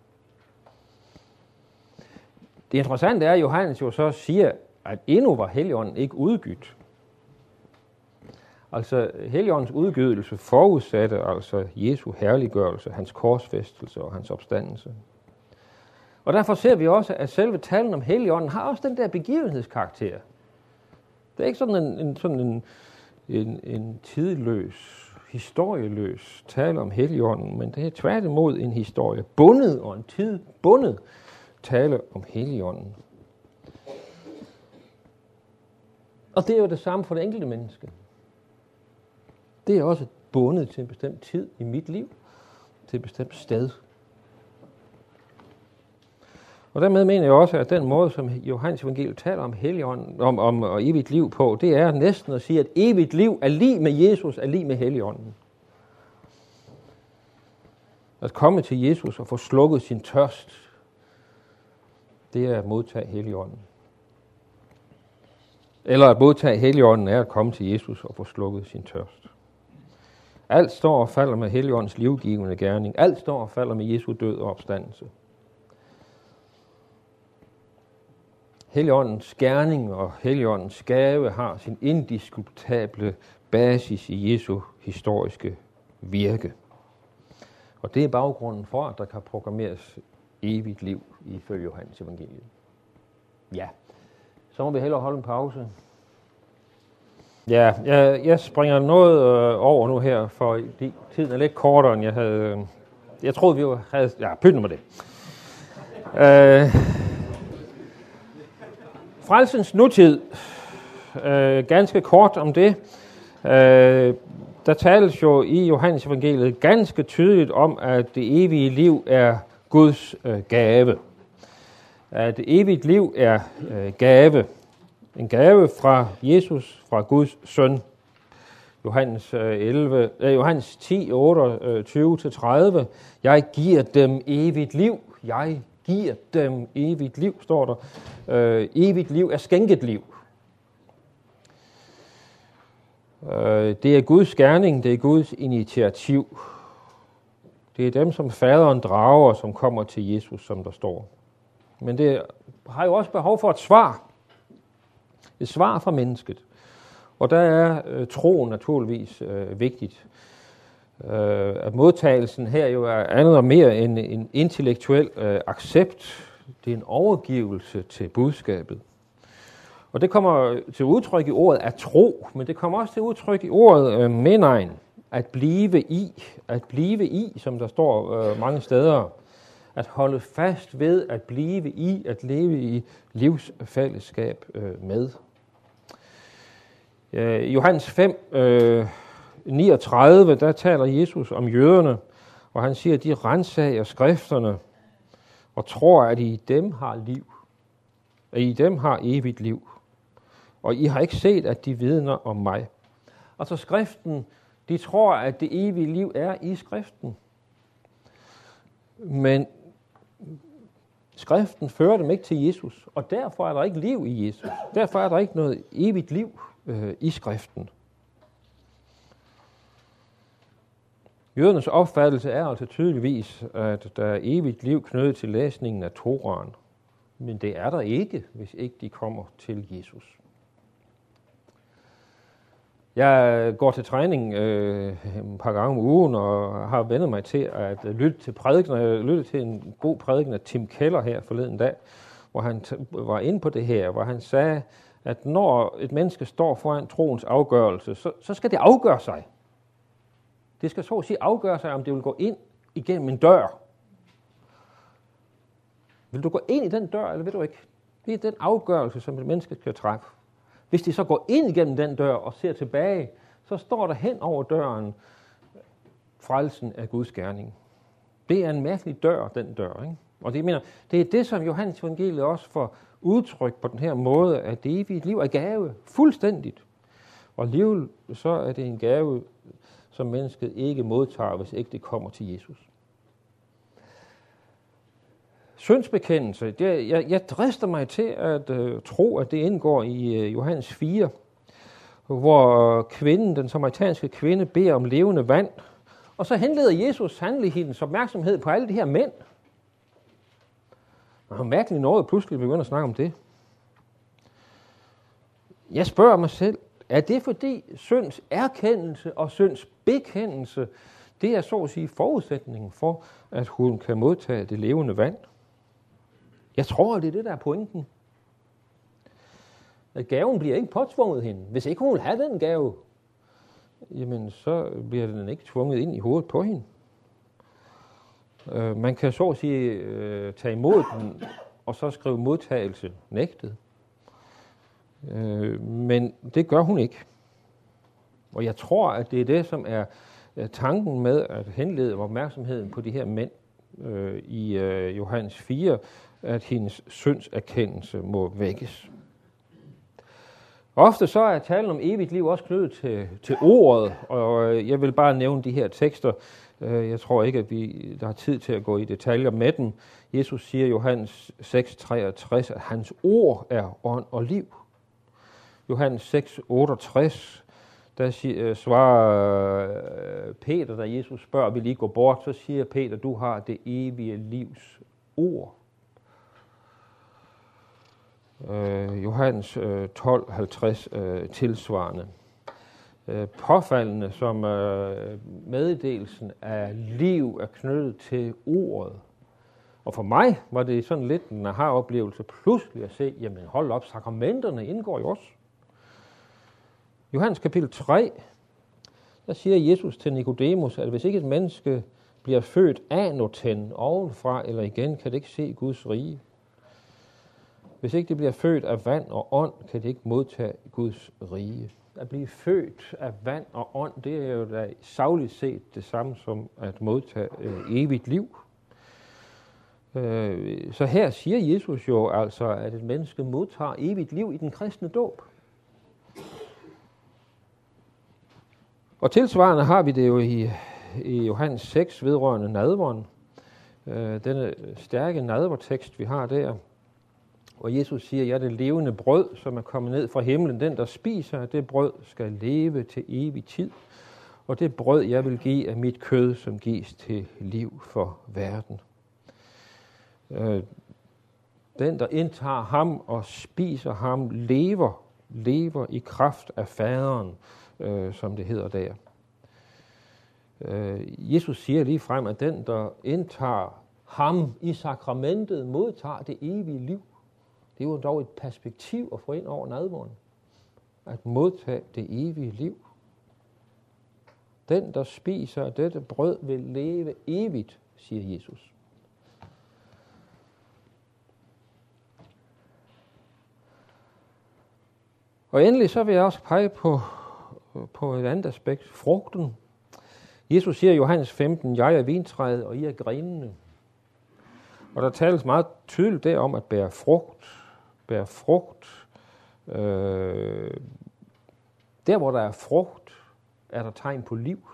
Speaker 1: Det interessante er, at Johannes jo så siger, at endnu var Helligånden ikke udgydt. Altså Helligåndens udgydelse forudsatte altså Jesu herliggørelse, hans korsfæstelse og hans opstandelse. Og derfor ser vi også, at selve talen om Helligånden har også den der begivenhedskarakter. Det er ikke sådan en, en, sådan en, en, en tidløs, historieløs tale om Helligånden, men det er tværtimod en historie bundet og en tid bundet tale om Helligånden. Og det er jo det samme for det enkelte menneske. Det er også bundet til en bestemt tid i mit liv, til et bestemt sted. Og dermed mener jeg også, at den måde, som Johannes evangeliet taler om Helligånden, om, om og evigt liv på, det er næsten at sige, at evigt liv er lig med Jesus, er lig med Helligånden. At komme til Jesus og få slukket sin tørst, det er at modtage Helligånden. Eller at modtage Helligånden er at komme til Jesus og få slukket sin tørst. Alt står og falder med Helligåndens livgivende gerning. Alt står og falder med Jesu død og opstandelse. Helligåndens gerning og Helligåndens gave har sin indiskutable basis i Jesu historiske virke. Og det er baggrunden for, at der kan programmeres evigt liv ifølge Johannes evangeliet. Ja, så må vi hellere holde en pause. Ja, jeg, jeg springer noget øh, over nu her, for de, tiden er lidt kortere, end jeg havde... Øh, jeg troede, vi jo havde... Ja, pyt med det. Øh, frelsens nutid. Øh, ganske kort om det. Øh, der tales jo i Johannes evangeliet ganske tydeligt om, at det evige liv er Guds øh, gave. At det evige liv er øh, gave. En gave fra Jesus, fra Guds søn. Johannes, elleve, eh, Johannes ti, otteogtyve til tredive. Jeg giver dem evigt liv. Jeg giver dem evigt liv, står der. Øh, evigt liv er skænket liv. Øh, det er Guds gerning, det er Guds initiativ. Det er dem, som faderen drager, som kommer til Jesus, som der står. Men det har jo også behov for et svar. Et svar fra mennesket. Og der er øh, troen naturligvis øh, vigtigt. Øh, at modtagelsen her jo er andet og mere end en intellektuel øh, accept. Det er en overgivelse til budskabet. Og det kommer til udtryk i ordet at tro, men det kommer også til udtryk i ordet øh, menein, at blive i. At blive i, som der står øh, mange steder. At holde fast ved, at blive i, at leve i livsfællesskab øh, med. I Johannes fem, øh, niogtredive, der taler Jesus om jøderne, og han siger, at de ransager skrifterne og tror, at I dem har liv. At I dem har evigt liv. Og I har ikke set, at de vidner om mig. Altså skriften, de tror, at det evige liv er i skriften. Men skriften fører dem ikke til Jesus, og derfor er der ikke liv i Jesus. Derfor er der ikke noget evigt liv øh, i skriften. Jødernes opfattelse er altså tydeligvis, at der er evigt liv knyttet til læsningen af Toraen. Men det er der ikke, hvis ikke de kommer til Jesus. Jeg går til træning øh, et par gange om ugen og har vendt mig til at lytte til prædiken. Jeg lyttede til en god prædiken af Tim Keller her forleden dag, hvor han t- var inde på det her, hvor han sagde, at når et menneske står foran troens afgørelse, så, så skal det afgøre sig. Det skal så at sige afgøre sig, om det vil gå ind igennem en dør. Vil du gå ind i den dør, eller vil du ikke? Det er den afgørelse, som et menneske skal træffe. Hvis de så går ind igennem den dør og ser tilbage, så står der hen over døren frelsen af Guds gerning. Det er en mærkelig dør, den dør. Ikke? Og det, mener, det er det, som Johannes evangeliet også får udtrykt på den her måde, at det evige liv er gave, fuldstændigt. Og alligevel så er det en gave, som mennesket ikke modtager, hvis ikke det kommer til Jesus. Syndsbekendelse, det, jeg, jeg drister mig til at uh, tro, at det indgår i uh, Johannes fire, hvor kvinden, den samaritanske kvinde, beder om levende vand, og så henleder Jesus sandelig hendes opmærksomhed på alle de her mænd. Og han mærkeligt noget, pludselig begynder at snakke om det. Jeg spørger mig selv, er det fordi synds erkendelse og synds bekendelse, det er så at sige forudsætningen for, at hun kan modtage det levende vand? Jeg tror, det er det, der er pointen. At gaven bliver ikke påtvunget hende. Hvis ikke hun vil have den gave, jamen så bliver den ikke tvunget ind i hovedet på hende. Uh, man kan så at sige uh, tage imod den, og så skrive modtagelse nægtet. Uh, men det gør hun ikke. Og jeg tror, at det er det, som er uh, tanken med at henlede opmærksomheden på de her mænd uh, i uh, Johannes fire, at hendes syndserkendelse må vækkes. Ofte så er talen om evigt liv også knyttet til, til ordet, og jeg vil bare nævne de her tekster. Jeg tror ikke, at vi der har tid til at gå i detaljer med dem. Jesus siger i Johannes seks treogtres, at hans ord er ånd og liv. Johannes seks otteogtres, der siger, svarer Peter, da Jesus spørger, vil I gå bort, så siger Peter, du har det evige livs ord. Øh, Johannes øh, tolv halvtreds øh, tilsvarende. Øh, påfaldende som øh, meddelelsen af liv er knyttet til ordet. Og for mig var det sådan lidt en aha-oplevelse pludselig at se, jamen hold op, sakramenterne indgår jo også. Johannes kapitel tre, der siger Jesus til Nikodemus, at hvis ikke et menneske bliver født af noten ovenfra eller igen, kan det ikke se Guds rige. Hvis ikke det bliver født af vand og ånd, kan det ikke modtage Guds rige. At blive født af vand og ånd, det er jo da sagligt set det samme som at modtage øh, evigt liv. Øh, så her siger Jesus jo altså, at et menneske modtager evigt liv i den kristne dåb. Og tilsvarende har vi det jo i, i Johannes seks vedrørende nadveren. Øh, denne stærke nadvertekst, vi har der, hvor Jesus siger, jeg er det levende brød, som er kommet ned fra himlen. Den, der spiser det brød, skal leve til evig tid. Og det brød, jeg vil give, er mit kød, som gives til liv for verden. Øh, den, der indtager ham og spiser ham, lever, lever i kraft af faderen, øh, som det hedder der. Øh, Jesus siger lige frem, at den, der indtager ham i sakramentet, modtager det evige liv. Det er jo dog et perspektiv at få ind over nadveren. At modtage det evige liv. Den, der spiser dette brød, vil leve evigt, siger Jesus. Og endelig så vil jeg også pege på, på et andet aspekt, frugten. Jesus siger i Johannes femten, jeg er vintræet, og I er grenene. Og der tales meget tydeligt der om at bære frugt. Bære frugt. Øh, der, hvor der er frugt, er der tegn på liv.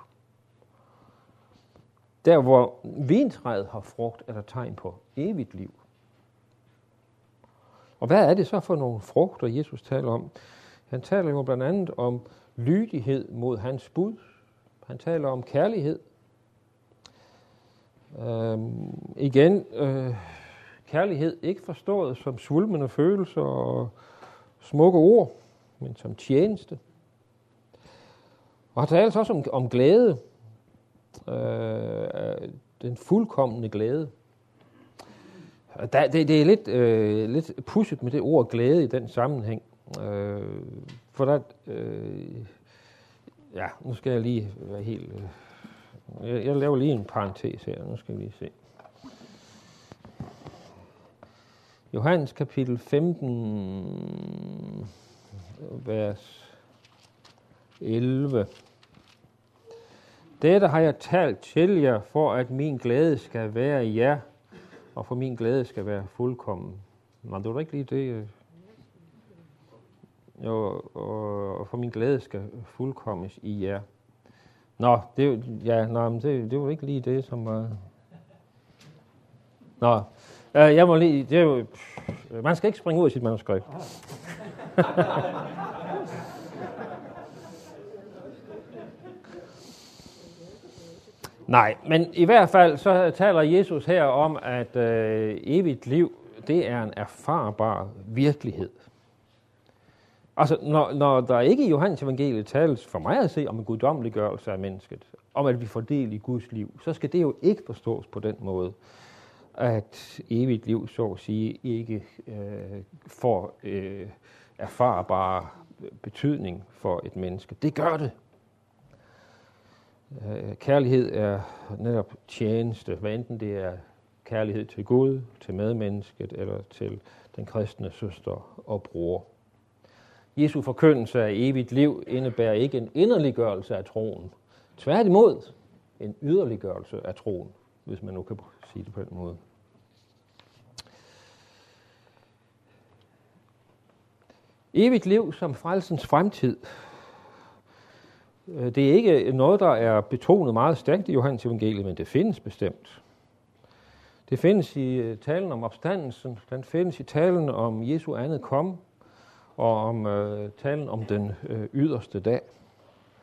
Speaker 1: Der, hvor vintræet har frugt, er der tegn på evigt liv. Og hvad er det så for nogle frugter, Jesus taler om? Han taler jo blandt andet om lydighed mod hans bud. Han taler om kærlighed. Øhm, igen, øh, kærlighed ikke forstået som svulmende følelser og smukke ord, men som tjeneste. Og han taler også om, om glæde. Øh, den fuldkomne glæde. Der, det, det er lidt, øh, lidt pushet med det ord glæde i den sammenhæng. Øh, for der, øh, ja, nu skal jeg lige være helt, øh, jeg, jeg laver lige en parentes her, nu skal vi lige se. Johannes kapitel femten, vers elleve. Dette har jeg talt til jer, for at min glæde skal være i jer, og for min glæde skal være fuldkommen. Nå, det var ikke lige det. Jo, og for min glæde skal fuldkommes i jer. Nå, det, ja, nå, men det, det var ikke lige det, som var... Nå, øh, jeg må lige... Det er jo, man skal ikke springe ud af sit manuskript. Nej, men i hvert fald så taler Jesus her om, at øh, evigt liv, det er en erfarbar virkelighed. Altså, når, når der ikke i Johannes evangeliet tales for mig at se om en guddommeliggørelse af mennesket, om at vi får del i Guds liv, så skal det jo ikke forstås på den måde, at evigt liv, så at sige, ikke øh, får øh, erfarbar betydning for et menneske. Det gør det. Kærlighed er netop tjeneste, hvad enten det er kærlighed til Gud, til medmennesket eller til den kristne søster og bror. Jesu forkyndelse af evigt liv indebærer ikke en inderliggørelse af troen. Tværtimod en yderliggørelse af troen, hvis man nu kan sige det på den måde. Evigt liv som frelsens fremtid. Det er ikke noget, der er betonet meget stærkt i Johannes evangeliet, men det findes bestemt. Det findes i talen om opstandelsen, den findes i talen om Jesu andet kom, og om øh, talen om den øh, yderste dag.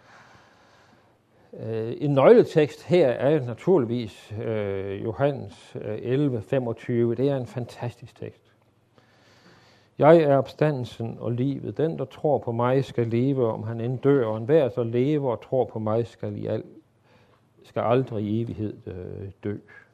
Speaker 1: Øh, en nøgletekst her er naturligvis øh, Johannes elleve femogtyve. Det er en fantastisk tekst. Jeg er opstandelsen og livet. Den, der tror på mig, skal leve, om han end dør. Og enhver, der lever og tror på mig, skal, i al, skal aldrig i evighed øh, dø.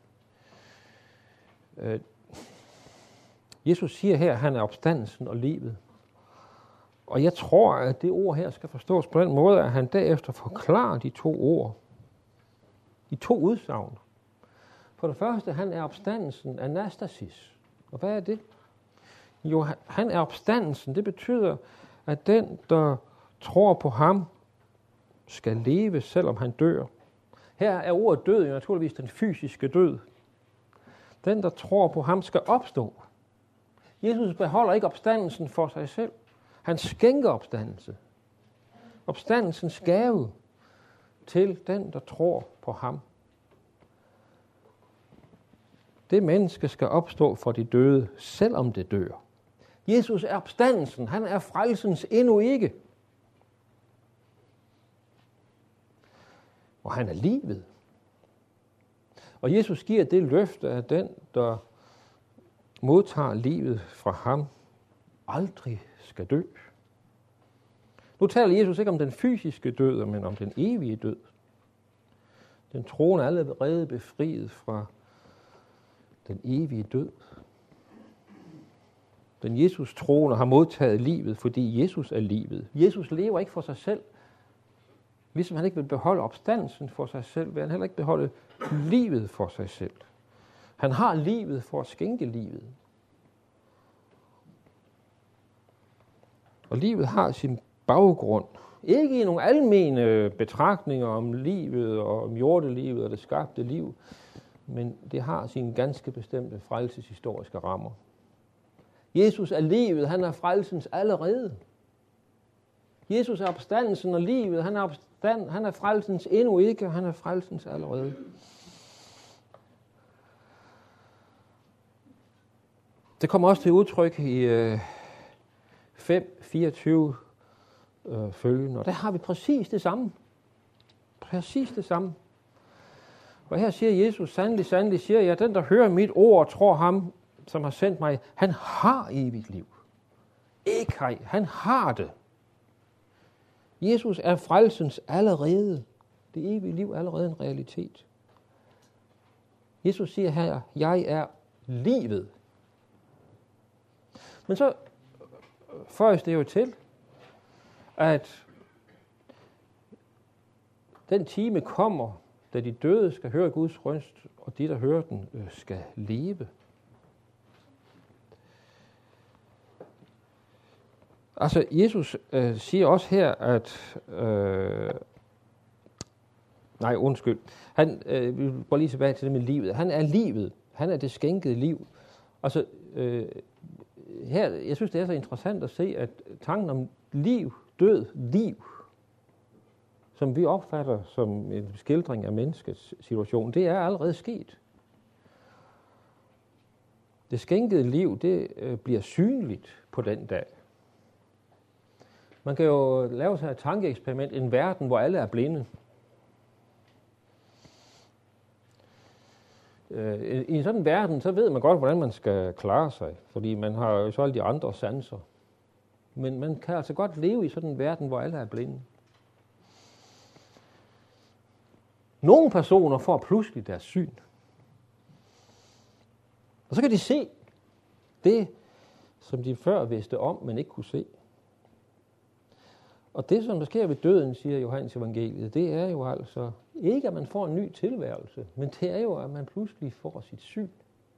Speaker 1: Øh, Jesus siger her, at han er opstandelsen og livet. Og jeg tror, at det ord her skal forstås på den måde, at han derefter forklarer de to ord. De to udsagn. For det første, han er opstandelsen, anastasis. Og hvad er det? Jo, han er opstandelsen. Det betyder, at den, der tror på ham, skal leve, selvom han dør. Her er ordet død jo naturligvis den fysiske død. Den, der tror på ham, skal opstå. Jesus beholder ikke opstandelsen for sig selv. Han skænker opstandelse. Opstandelsens gave til den, der tror på ham. Det menneske skal opstå for de døde, selvom det dør. Jesus er opstandelsen. Han er frelsens endnu ikke. Og han er livet. Og Jesus giver det løfte, at den, der modtager livet fra ham, aldrig skal dø. Nu taler Jesus ikke om den fysiske død, men om den evige død. Den troende er allerede befriet fra den evige død. Den Jesus troende har modtaget livet, fordi Jesus er livet. Jesus lever ikke for sig selv. Ligesom han ikke vil beholde opstandelsen for sig selv, vil han heller ikke beholde livet for sig selv. Han har livet for at skænke livet. Og livet har sin baggrund. Ikke i nogle almene betragtninger om livet og om jordelivet og det skabte liv, men det har sine ganske bestemte frelseshistoriske rammer. Jesus er livet, han er frelsens allerede. Jesus er opstandelsen og livet, han er, opstand, han er frelsens endnu ikke, han er frelsens allerede. Det kommer også til udtryk i øh, fem fireogtyve øh, følgen, og der har vi præcis det samme. Præcis det samme. Og her siger Jesus, sandelig, sandelig, siger jeg, den der hører mit ord og tror ham, som har sendt mig, han har evigt liv. Ikke hej, han har det. Jesus er frelsens allerede. Det evige liv er allerede en realitet. Jesus siger her, jeg er livet. Men så føjes det jo til, at den time kommer, da de døde skal høre Guds røst, og de, der hører den, skal leve. Altså, Jesus øh, siger også her, at... Øh, nej, undskyld. Han, øh, vi går lige tilbage til det med livet. Han er livet. Han er det skænkede liv. Altså, øh, her, jeg synes, det er så interessant at se, at tanken om liv, død, liv, som vi opfatter som en skildring af menneskets situation, det er allerede sket. Det skænkede liv, det øh, bliver synligt på den dag. Man kan jo lave sig et tankeeksperiment i en verden, hvor alle er blinde. I en sådan verden, så ved man godt, hvordan man skal klare sig, fordi man har jo så alle de andre sanser. Men man kan altså godt leve i sådan en verden, hvor alle er blinde. Nogle personer får pludselig deres syn. Og så kan de se det, som de før vidste om, men ikke kunne se. Og det, som der sker ved døden, siger Johannes evangeliet, det er jo altså ikke, at man får en ny tilværelse, men det er jo, at man pludselig får sit syn.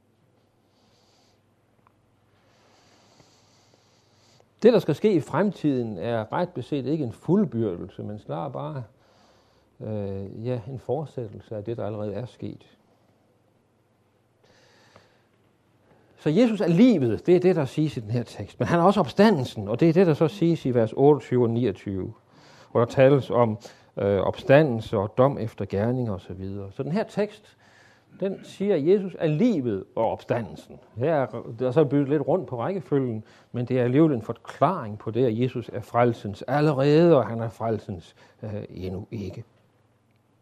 Speaker 1: Det, der skal ske i fremtiden, er ret beset ikke en fuldbyrdelse, men snarere bare øh, ja, en fortsættelse af det, der allerede er sket. Så Jesus er livet, det er det, der siges i den her tekst. Men han er også opstandelsen, og det er det, der så siges i vers otteogtyve og niogtyve, hvor der tales om øh, opstandelse og dom efter gerninger osv. Så den her tekst, den siger, at Jesus er livet og opstandelsen. Her er der så byttet lidt rundt på rækkefølgen, men det er alligevel en forklaring på det, at Jesus er frelsens allerede, og han er frelsens øh, endnu ikke.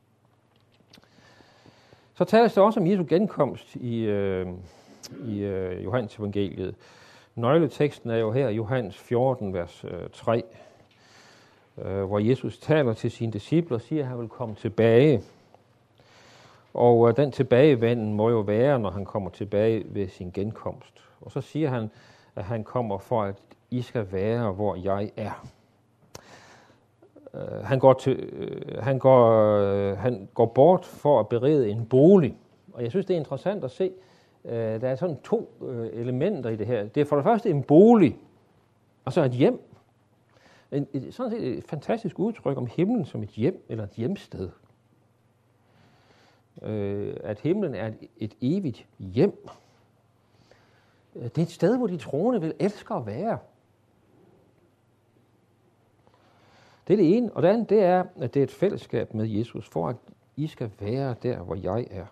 Speaker 1: Så tales der også om Jesu genkomst i, øh, i øh, Johannes evangeliet. Nøgleteksten er jo her Johannes fjorten, vers øh, tre, øh, hvor Jesus taler til sine disciple og siger, at han vil komme tilbage. Og øh, den tilbagevenden må jo være, når han kommer tilbage ved sin genkomst. Og så siger han, at han kommer for, at I skal være, hvor jeg er. Uh, han, går til, uh, han, går, uh, han går bort for at berede en bolig. Og jeg synes, det er interessant at se, uh, der er sådan to uh, elementer i det her. Det er for det første en bolig, og så et hjem. En, et, sådan set et fantastisk udtryk om himlen som et hjem, eller et hjemsted. Uh, at himlen er et, et evigt hjem. Uh, det er et sted, hvor de troende vil elske at være. Det er det ene. Og det andet, det er, at det er et fællesskab med Jesus, for at I skal være der, hvor jeg er.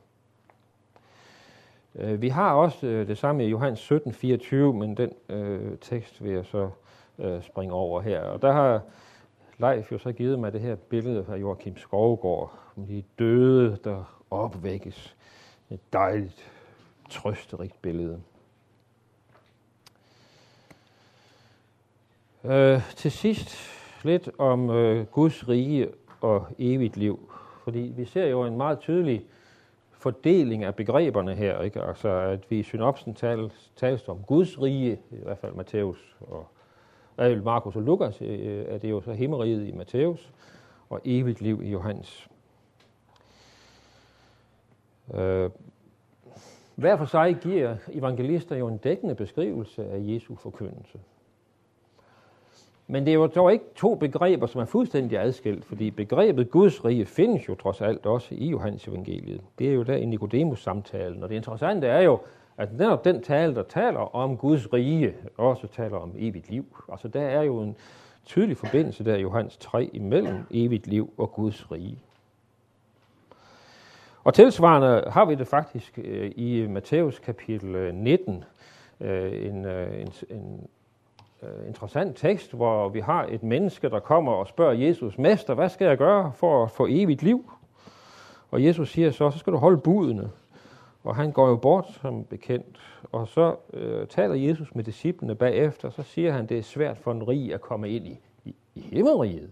Speaker 1: Uh, vi har også uh, det samme i Johannes sytten fireogtyve, men den uh, tekst vil jeg så uh, springe over her. Og der har Leif jo så givet mig det her billede fra Joachim Skovgaard, om de døde, der opvækkes. Et dejligt, trøsterigt billede. Uh, til sidst lidt om uh, Guds rige og evigt liv. Fordi vi ser jo en meget tydelig fordeling af begreberne her. Ikke? Altså at vi i synopsen tales, tales om Guds rige, i hvert fald Matthæus og øh, Markus og Lukas, øh, er det jo så himmeriget i Matthæus, og evigt liv i Johannes. Øh, hver for sig giver evangelister jo en dækkende beskrivelse af Jesu forkyndelse. Men det er jo dog ikke to begreber, som er fuldstændig adskilt, fordi begrebet Guds rige findes jo trods alt også i Johannes evangeliet. Det er jo der i Nikodemus-samtalen, og det interessante er jo, at netop den tale, der taler om Guds rige, også taler om evigt liv. Altså der er jo en tydelig forbindelse der i Johannes tre imellem evigt liv og Guds rige. Og tilsvarende har vi det faktisk øh, i Matthæus kapitel nitten, øh, en, øh, en, en øh, interessant tekst, hvor vi har et menneske, der kommer og spørger Jesus, Mester, hvad skal jeg gøre for at få evigt liv? Og Jesus siger så, så skal du holde budene. Og han går jo bort som bekendt, og så øh, taler Jesus med disciplene bagefter, og så siger han, det er svært for en rig at komme ind i, i, i himmeriget.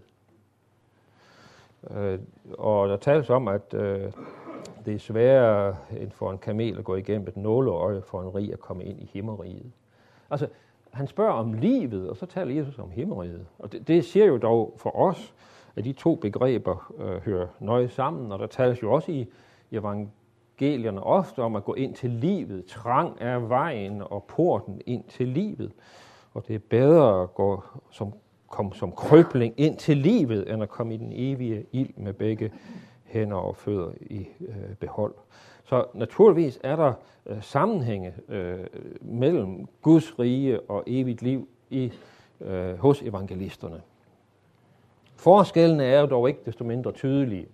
Speaker 1: Øh, og der tales om, at øh, det er sværere end for en kamel at gå igennem et nåleøje for en rig at komme ind i himmeriget. Altså, han spørger om livet, og så taler Jesus om himmeriget. Og det, det siger jo dog for os, at de to begreber øh, hører nøje sammen, og der tales jo også i evangelierne ofte om at gå ind til livet. Trang er vejen og porten ind til livet. Og det er bedre at gå som, komme som krøbling ind til livet, end at komme i den evige ild med begge hænder og fødder i øh, behold. Så naturligvis er der øh, sammenhænge øh, mellem Guds rige og evigt liv i, øh, hos evangelisterne. Forskellene er jo dog ikke desto mindre tydelige.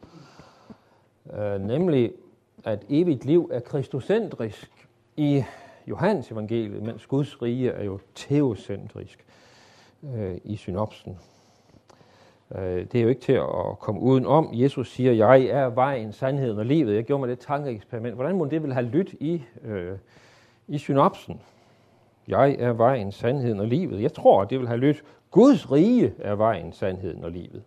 Speaker 1: Øh, nemlig, at evigt liv er kristocentrisk i Johannes evangeliet, mens Guds rige er jo teocentrisk øh, i synopsen. Det er jo ikke til at komme udenom. Jesus siger, jeg er vejen, sandheden og livet. Jeg gjorde mig det tankeeksperiment. Hvordan må det vel have lyttet i, øh, i synopsen? Jeg er vejen, sandheden og livet. Jeg tror, det vil have lyttet. Guds rige er vejen, sandheden og livet.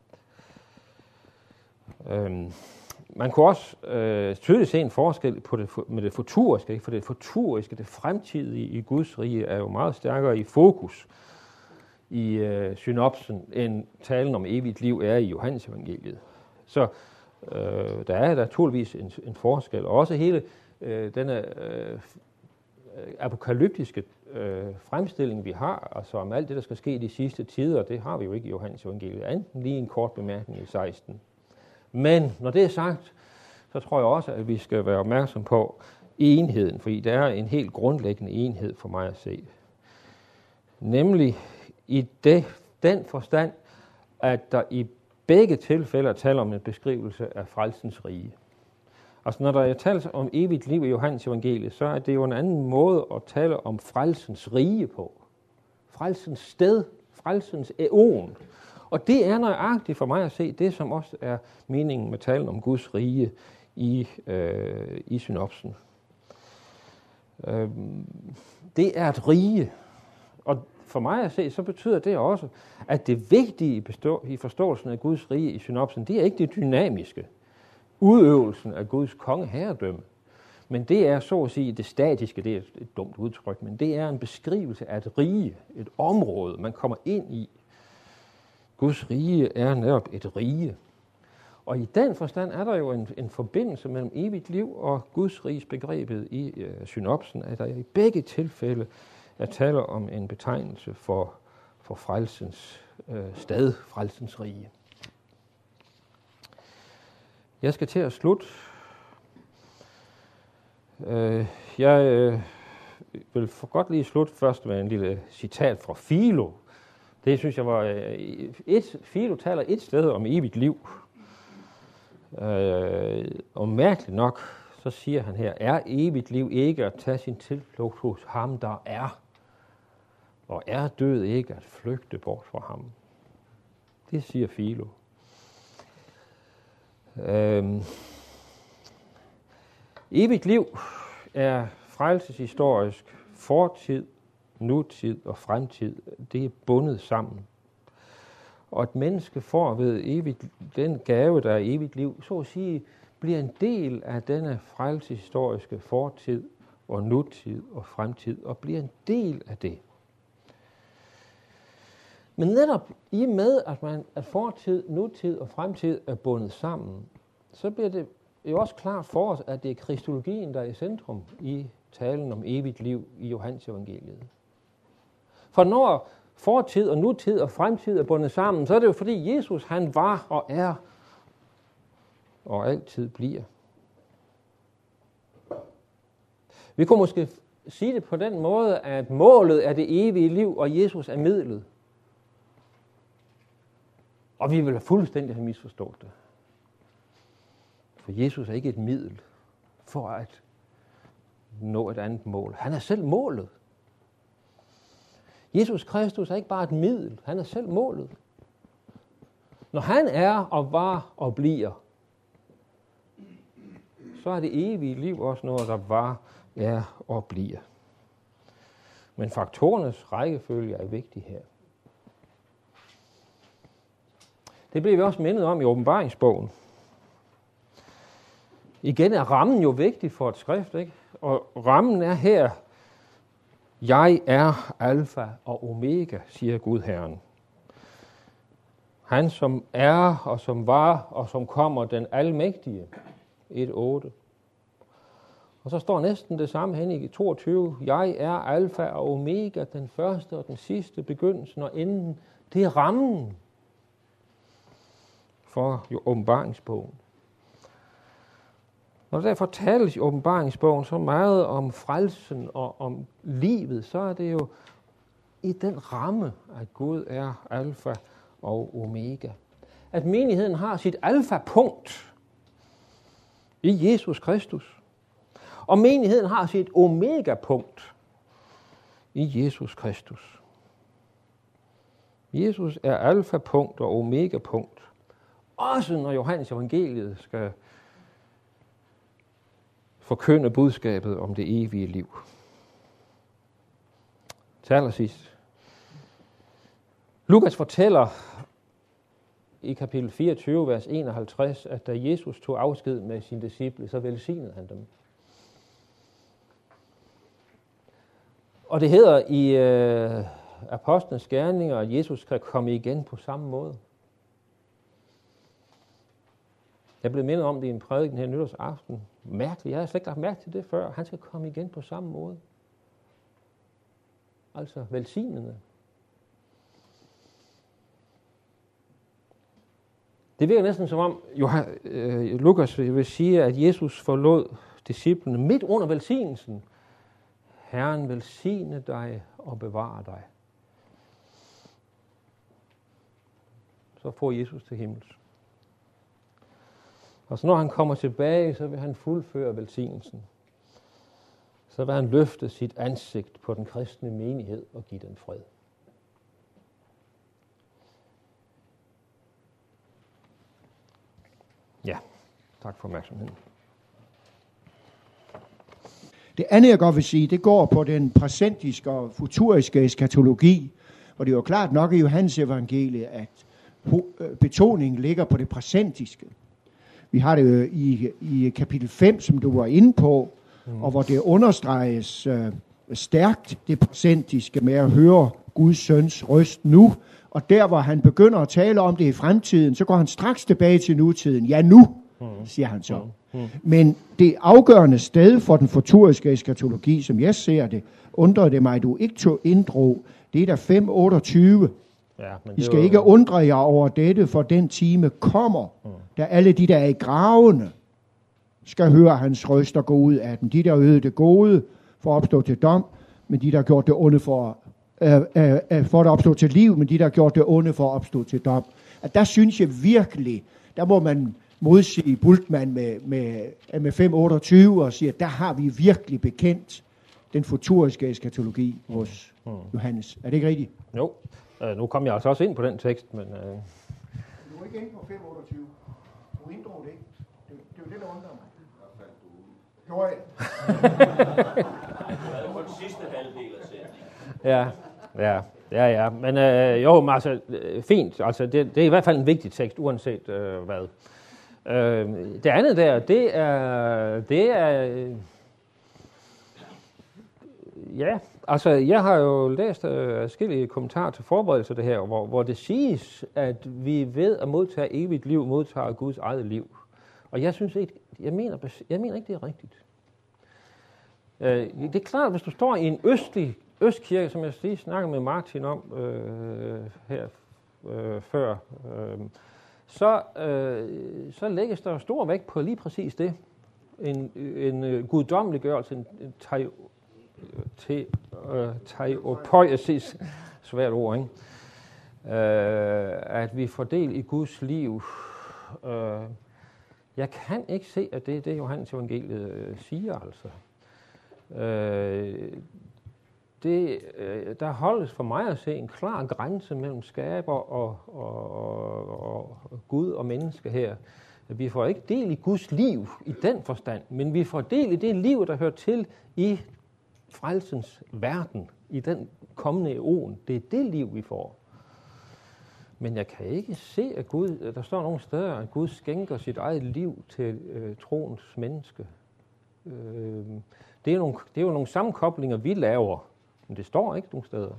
Speaker 1: Øhm, man kunne også øh, tydeligt se en forskel på det, med det futuriske, ikke? For det futuriske, det fremtidige i Guds rige er jo meget stærkere i fokus i øh, synopsen, end talen om evigt liv er i Johannes evangeliet. Så øh, der er naturligvis en, en forskel. Og også hele øh, denne øh, apokalyptiske øh, fremstilling, vi har, altså om alt det, der skal ske i de sidste tider, det har vi jo ikke i Johannes evangeliet. Enten lige en kort bemærkning i seksten. Men når det er sagt, så tror jeg også, at vi skal være opmærksom på enheden, fordi der er en helt grundlæggende enhed for mig at se. Nemlig i det, den forstand, at der i begge tilfælde taler om en beskrivelse af frelsens rige. Altså når der tales om evigt liv i Johannes evangeliet, så er det jo en anden måde at tale om frelsens rige på. Frelsens sted, frelsens æon. Og det er nøjagtigt for mig at se det, som også er meningen med talen om Guds rige i, øh, i synopsen. Øh, det er et rige, og for mig at se, så betyder det også, at det vigtige bestå, i forståelsen af Guds rige i synopsen, det er ikke det dynamiske, udøvelsen af Guds kongeherredømme, men det er så at sige det statiske, det er et dumt udtryk, men det er en beskrivelse af et rige, et område, man kommer ind i. Guds rige er netop et rige. Og i den forstand er der jo en, en forbindelse mellem evigt liv og Guds riges begrebet i øh, synopsen, at der i begge tilfælde er tale om en betegnelse for, for frelsens øh, sted, frelsens rige. Jeg skal til at slutte. Øh, jeg øh, vil for godt lige slutte først med en lille citat fra Philo. Det synes jeg var øh, et, Philo taler et sted om evigt liv. Øh, og mærkeligt nok, så siger han her, er evigt liv ikke at tage sin tilflugt hos ham, der er, og er død ikke at flygte bort fra ham. Det siger Philo. Øh, evigt liv er frelseshistorisk fortid, nutid og fremtid. Det er bundet sammen. Og et menneske får ved evigt, den gave, der er evigt liv, så at sige, bliver en del af denne frelseshistoriske fortid og nutid og fremtid, og bliver en del af det. Men netop i med, at, man, at fortid, nutid og fremtid er bundet sammen, så bliver det jo også klart for os, at det er kristologien, der er i centrum i talen om evigt liv i Johannes evangeliet. For når fortid og nutid og fremtid er bundet sammen, så er det jo fordi Jesus, han var og er og altid bliver. Vi kunne måske sige det på den måde, at målet er det evige liv, og Jesus er midlet. Og vi vil fuldstændig have misforstået det. For Jesus er ikke et middel for at nå et andet mål. Han er selv målet. Jesus Kristus er ikke bare et middel, han er selv målet. Når han er og var og bliver, så er det evige liv også noget, der var, er og bliver. Men faktorernes rækkefølge er vigtig her. Det bliver vi også mindet om i åbenbaringsbogen. Igen er rammen jo vigtig for et skrift, ikke? Og rammen er her, jeg er alfa og omega, siger Gud Herren. Han som er og som var og som kommer, den almægtige. et otte. Og så står næsten det samme hen i toogtyve. Jeg er alfa og omega, den første og den sidste, begyndelsen og enden. Det er rammen for åbenbaringsbogen. Når der derfor tales i åbenbaringsbogen så meget om frelsen og om livet, så er det jo i den ramme, at Gud er alfa og omega. At menigheden har sit alfa-punkt i Jesus Kristus. Og menigheden har sit omega-punkt i Jesus Kristus. Jesus er alfa-punkt og omega-punkt. Også når Johannes evangeliet skal forkynde budskabet om det evige liv. Til allersidst. Lukas fortæller i kapitel fireogtyve, vers enoghalvtreds, at da Jesus tog afsked med sine disciple, så velsignede han dem. Og det hedder i øh, apostlenes gerninger, at Jesus skal komme igen på samme måde. Jeg blev mindet om det i en prædiken her nytårsaften. Mærkeligt, jeg har slet ikke lagt mærke til det før. Han skal komme igen på samme måde. Altså velsignende. Det virker næsten som om, Johan, øh, Lukas vil sige, at Jesus forlod disciplene midt under velsignelsen. Herren velsigne dig og bevare dig. Så får Jesus til himmels. Og så når han kommer tilbage, så vil han fuldføre velsignelsen. Så vil han løfte sit ansigt på den kristne menighed og give den fred. Ja, tak for opmærksomheden.
Speaker 3: Det andet, jeg godt vil sige, det går på den præsentiske og futuriske eskatologi, og det er jo klart nok i Johannes evangeliet, at betoningen ligger på det præsentiske. Vi har det jo i, i kapitel fem, som du var inde på, mm. og hvor det understreges øh, stærkt det præsentiske med at høre Guds søns røst nu. Og der, hvor han begynder at tale om det i fremtiden, så går han straks tilbage til nutiden. Ja, nu, mm. siger han så. Mm. Mm. Men det afgørende sted for den futuriske eskatologi, som jeg ser det, undrer det mig, at du ikke tog inddrog, det er der fem otteogtyve. Ja, I skal var... ikke undre jer over dette, for den time kommer, mm. da alle de, der er i gravene, skal høre hans røst og gå ud af den. De, der øvede det gode, for at opstå til dom, men de, der gjorde det onde for, øh, øh, øh, for at opstå til liv, men de, der gjorde det onde for at opstå til dom. At der synes jeg virkelig, der må man modsige Bultmann med, med, med fem otteogtyve og sige, at der har vi virkelig bekendt den futuriske eskatologi hos mm. Johannes. Er det ikke rigtigt?
Speaker 1: Jo. Uh, nu kom jeg altså også ind på den tekst, men... Uh...
Speaker 3: Du er ikke inde på fem otteogtyve. Du inddrog det ikke. Det, det er jo det, der undrer mig. Gjorde jeg?
Speaker 4: Det var den sidste halvdel af sætningen.
Speaker 1: Ja, ja, ja, ja. Men uh, jo, men altså, fint. Altså, det, det er i hvert fald en vigtig tekst, uanset uh, hvad. Uh, det andet der, det er... Det er uh, ja... Altså, jeg har jo læst forskellige uh, kommentarer til forberedelse af det her, hvor, hvor det siges, at vi ved at modtage evigt liv, modtager Guds eget liv. Og jeg synes ikke, jeg mener, jeg mener ikke, det er rigtigt. Uh, det er klart, at hvis du står i en østlig østkirke, som jeg lige snakkede med Martin om uh, her uh, før, uh, så, uh, så lægges der stor vægt på lige præcis det. En, en uh, guddommeliggørelse, en, en taj, til øh, teopoiesis, svært ord, ikke? Øh, at vi får del i Guds liv. Øh, jeg kan ikke se, at det er det, Johannes evangeliet øh, siger, altså. Øh, det, øh, der holdes for mig at se en klar grænse mellem skaber og, og, og, og Gud og menneske her. Vi får ikke del i Guds liv i den forstand, men vi får del i det liv, der hører til i frelsens verden, i den kommende æon. Det er det liv, vi får. Men jeg kan ikke se, at Gud, der står nogle steder, at Gud skænker sit eget liv til øh, troens menneske. Øh, det, er nogle, det er jo nogle sammenkoblinger, vi laver, men det står ikke nogen steder.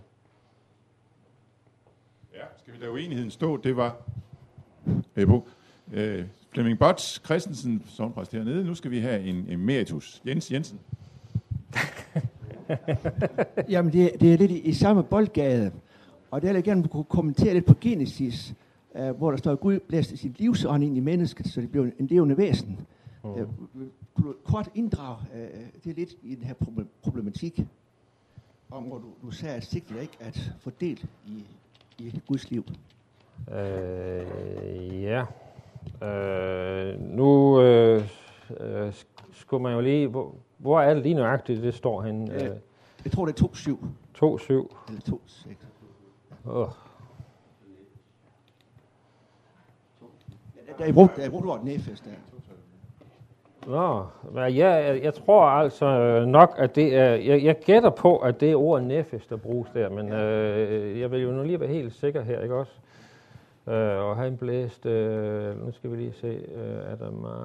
Speaker 2: Ja, skal vi lade uenigheden stå? Det var Ebo. Øh, Flemming Bots Christensen, sognepræst hernede. Nu skal vi have en emeritus. Jens Jensen.
Speaker 5: Jamen, det, det er lidt i, i samme boldgade. Og det er jeg gerne kunne kommentere lidt på Genesis, uh, hvor der står, at Gud blæste sit livsånd ind i mennesket, så det blev en levende væsen. Mm. Uh, kunne du kort inddrage uh, det lidt i den her problematik, om hvor du, du sagde, at sigtet ikke at få del i, i Guds liv?
Speaker 1: Øh, ja. Øh, nu øh, øh, skulle man jo lige... Hvor, hvor er det lige nøjagtigt, det står henne?
Speaker 5: Øh, jeg tror, det er to syv.
Speaker 1: to syv.
Speaker 5: Eller to seks.
Speaker 1: Åh.
Speaker 5: Der er brugt, der er brugt ordet Nefes der.
Speaker 1: Nå, men jeg, jeg tror altså nok, at det er... Jeg, jeg gætter på, at det er ordet Nefes, der bruges der, men øh, jeg vil jo nu lige være helt sikker her, ikke også? Øh, og han blæste... Øh, nu skal vi lige se... Øh, Adam... Øh,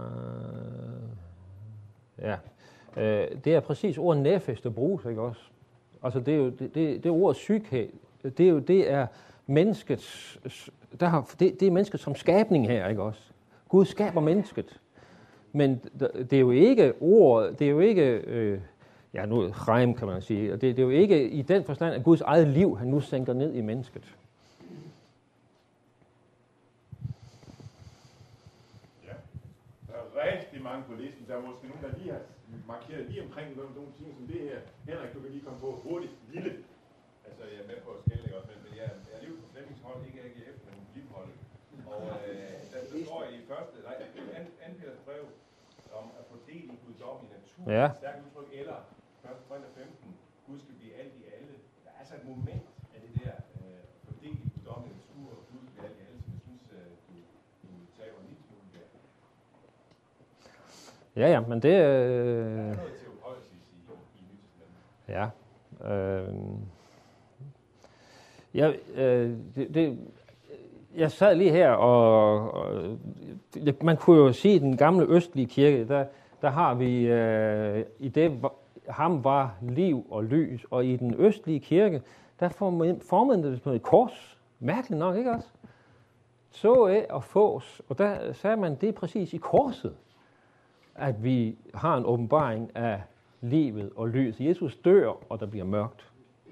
Speaker 1: ja... Øh, det er præcis ordet nefes, der bruges, ikke også? Altså, det er jo det, det, det ordet psyke, det er jo det er menneskets, der har, det, det er mennesket som skabning her, ikke også? Gud skaber mennesket. Men det er jo ikke ordet, det er jo ikke, øh, ja nu reim kan man sige, det, det er jo ikke i den forstand, at Guds eget liv, han nu sænker ned i mennesket.
Speaker 2: Ja, der er rigtig mange på listen, der er måske nogen, der lige har markeret lige omkring nogle, nogle ting som det her. Henrik, du kan lige komme på hurtigt, lille. Altså, jeg er med på at skælde, ikke også, men jeg, jeg er lige på Flemmings hold, ikke A G F, men Livholdet. Og øh, der, der står i første, nej, anden Peters brev, om at få del i Guds i natur,
Speaker 1: ja.
Speaker 2: Stærkt udtryk, eller første Korinther femten, Gud skal blive alt i alle. Der er altså et moment af det der, øh, få del i Guds i natur, og Gud skal blive alt i alle, som jeg synes, øh, du, du tager en lille smule der.
Speaker 1: Ja, ja, men det... Øh...
Speaker 2: Der er noget
Speaker 1: Øh, jeg, øh, det, det, jeg sad lige her, og, og man kunne jo sige, at den gamle østlige kirke, der, der har vi, øh, i det ham var liv og lys, og i den østlige kirke, der formede det på et kors. Mærkeligt nok, ikke også? Så af og fås, og der sagde man, det er præcis i korset, at vi har en åbenbaring af livet og lyset. Jesus dør, og der bliver mørkt.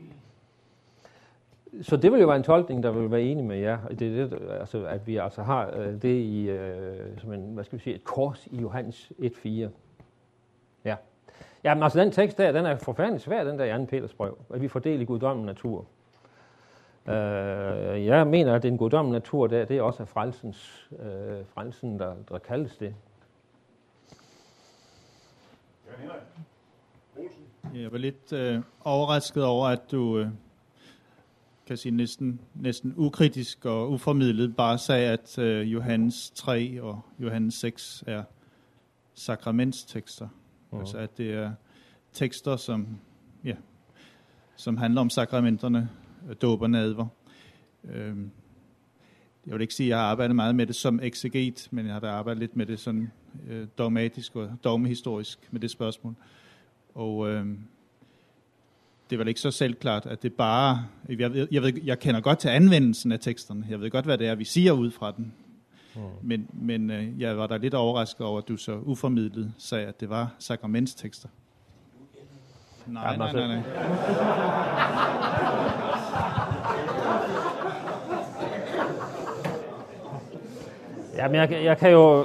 Speaker 1: Så det vil jo være en tolkning, der vil være enig med jer. Det er det, altså, at vi altså har det i øh, som en, hvad skal vi sige, et kors i Johannes et fire. Ja. Jamen altså den tekst der, den er forfærdelig svær, den der i anden Peters brev, at vi får del i guddommelig natur. Uh, jeg mener, at den guddommelig natur der, det er også frelsens, uh, frelsen, der, der kaldes det.
Speaker 6: Jeg var lidt øh, overrasket over, at du øh, kan sige næsten, næsten ukritisk og uformidlet bare sagde, at øh, Johannes tre og Johannes seks er sakramentstekster. Mm. Altså at det er tekster, som, ja, som handler om sakramenterne, dåb og nadver. Øh, jeg vil ikke sige, at jeg har arbejdet meget med det som ekseget, men jeg har da arbejdet lidt med det sådan øh, dogmatisk og dogmehistorisk med det spørgsmål. Og øh, det er vel ikke så selvklart, at det bare... Jeg, ved, jeg, ved, jeg kender godt til anvendelsen af teksterne. Jeg ved godt, hvad det er, vi siger ud fra den. Mm. Men, men øh, jeg var da lidt overrasket over, at du så uformidlet sagde, at det var sakramentstekster. Nej, nej, nej, nej.
Speaker 1: Jamen, jeg, jeg kan jo...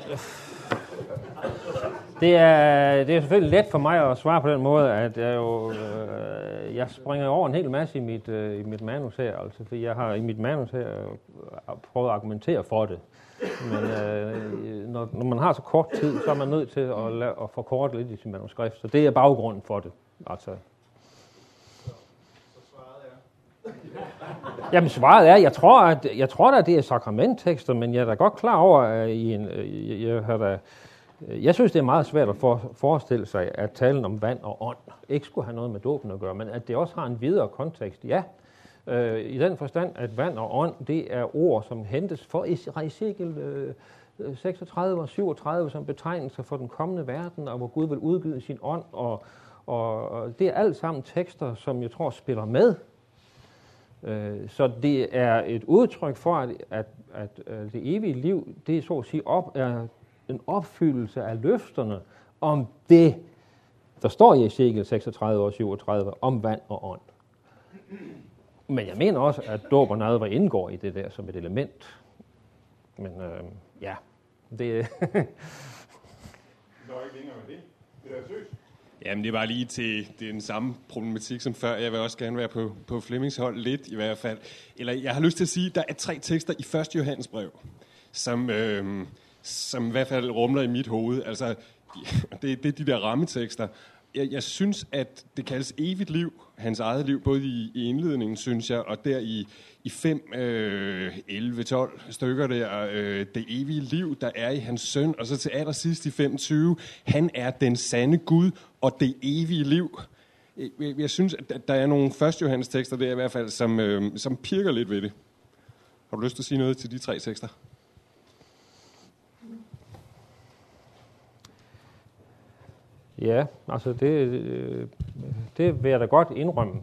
Speaker 1: Det er, det er selvfølgelig let for mig at svare på den måde, at jeg jo øh, jeg springer over en hel masse i mit, øh, i mit manus her, altså, fordi jeg har i mit manus her prøvet at argumentere for det. Men øh, når, når man har så kort tid, så er man nødt til at, la- at forkorte lidt i sin manuskript, så det er baggrunden for det. Altså. Så, så svaret er? Jamen svaret er, jeg tror, at jeg tror at det er sakramenttekster, men jeg er da godt klar over, at i en, jeg, jeg har da Jeg synes, det er meget svært at for, forestille sig, at talen om vand og ånd ikke skulle have noget med dåben at gøre, men at det også har en videre kontekst. Ja, øh, i den forstand, at vand og ånd, det er ord, som hentes for Ezekiel øh, seksogtredive og syvogtredive som betegnelse for den kommende verden, og hvor Gud vil udgyde sin ånd, og, og, og det er alt sammen tekster, som jeg tror spiller med. Øh, så det er et udtryk for, at, at, at, at det evige liv, det er så at sige op er en opfyldelse af løfterne om det, der står i Ezekiel seksogtredive og syvogtredive, om vand og ånd. Men jeg mener også, at dåb og nadver indgår i det der som et element. Men øh, ja, det...
Speaker 2: Der er ikke længere med det. Det er søs.
Speaker 7: Jamen, det er bare lige til det er den samme problematik som før. Jeg vil også gerne være på, på Flemmings hold lidt i hvert fald. Eller jeg har lyst til at sige, at der er tre tekster i første Johannes brev, som... Øh, som i hvert fald rumler i mit hoved. Altså, det, det er de der rammetekster. Jeg, jeg synes, at det kaldes evigt liv, hans eget liv, både i, i indledningen, synes jeg, og der i, i fem, elleve, tolv stykker der, øh, det evige liv, der er i hans søn, og så til allersidst i fem tyve, han er den sande Gud og det evige liv. Jeg, jeg synes, at der er nogle første Johannes tekster der i hvert fald, som, øh, som pirker lidt ved det. Har du lyst til at sige noget til de tre tekster?
Speaker 1: Ja, altså det, det vil jeg da godt indrømme.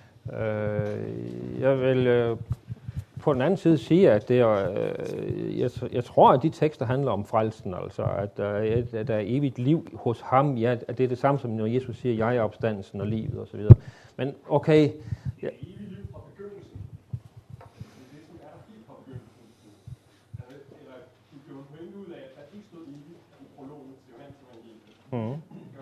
Speaker 1: Jeg vil på den anden side sige, at det er, jeg, jeg tror, at de tekster handler om frelsen, altså at der er, at der er evigt liv hos ham. Ja, at det er det samme som når Jesus siger, jeg er opstandelsen og livet og så videre. Men okay. Ja. Mm.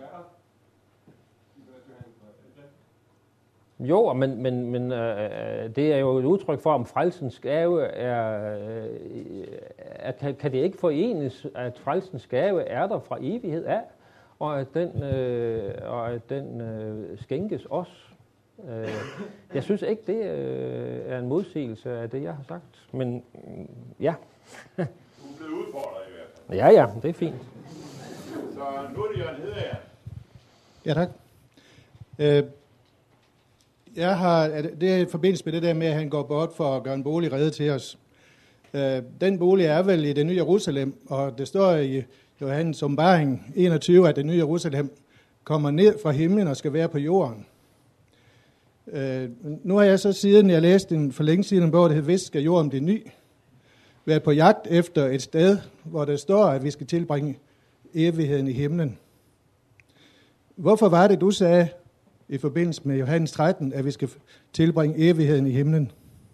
Speaker 1: Jo, men, men, men øh, det er jo et udtryk for, om frelsens gave er, øh, er kan, kan det ikke forenes, at frelsens gave er der fra evighed af, og at den, øh, og at den øh, skænkes os. Øh, jeg synes ikke, det øh, er en modsigelse af det, jeg har sagt, men ja.
Speaker 2: Du er blevet udfordret i hvert fald.
Speaker 1: Ja, ja, det er fint.
Speaker 2: Så nu er det Jørgen Hedager.
Speaker 6: Ja, tak. Øh,
Speaker 8: Jeg har, det er i forbindelse med det der med, at han går bort for at gøre en bolig rede til os. Den bolig er vel i det nye Jerusalem, og det står i Johannes åbenbaring enogtyve, at det nye Jerusalem kommer ned fra himlen og skal være på jorden. Nu har jeg så siden jeg læste en for længe siden en bog, der hedder Vist skal jorden blive ny, været på jagt efter et sted, hvor der står, at vi skal tilbringe evigheden i himlen. Hvorfor var det, du sagde i forbindelse med Johannes tretten, at vi skal tilbringe evigheden i himlen?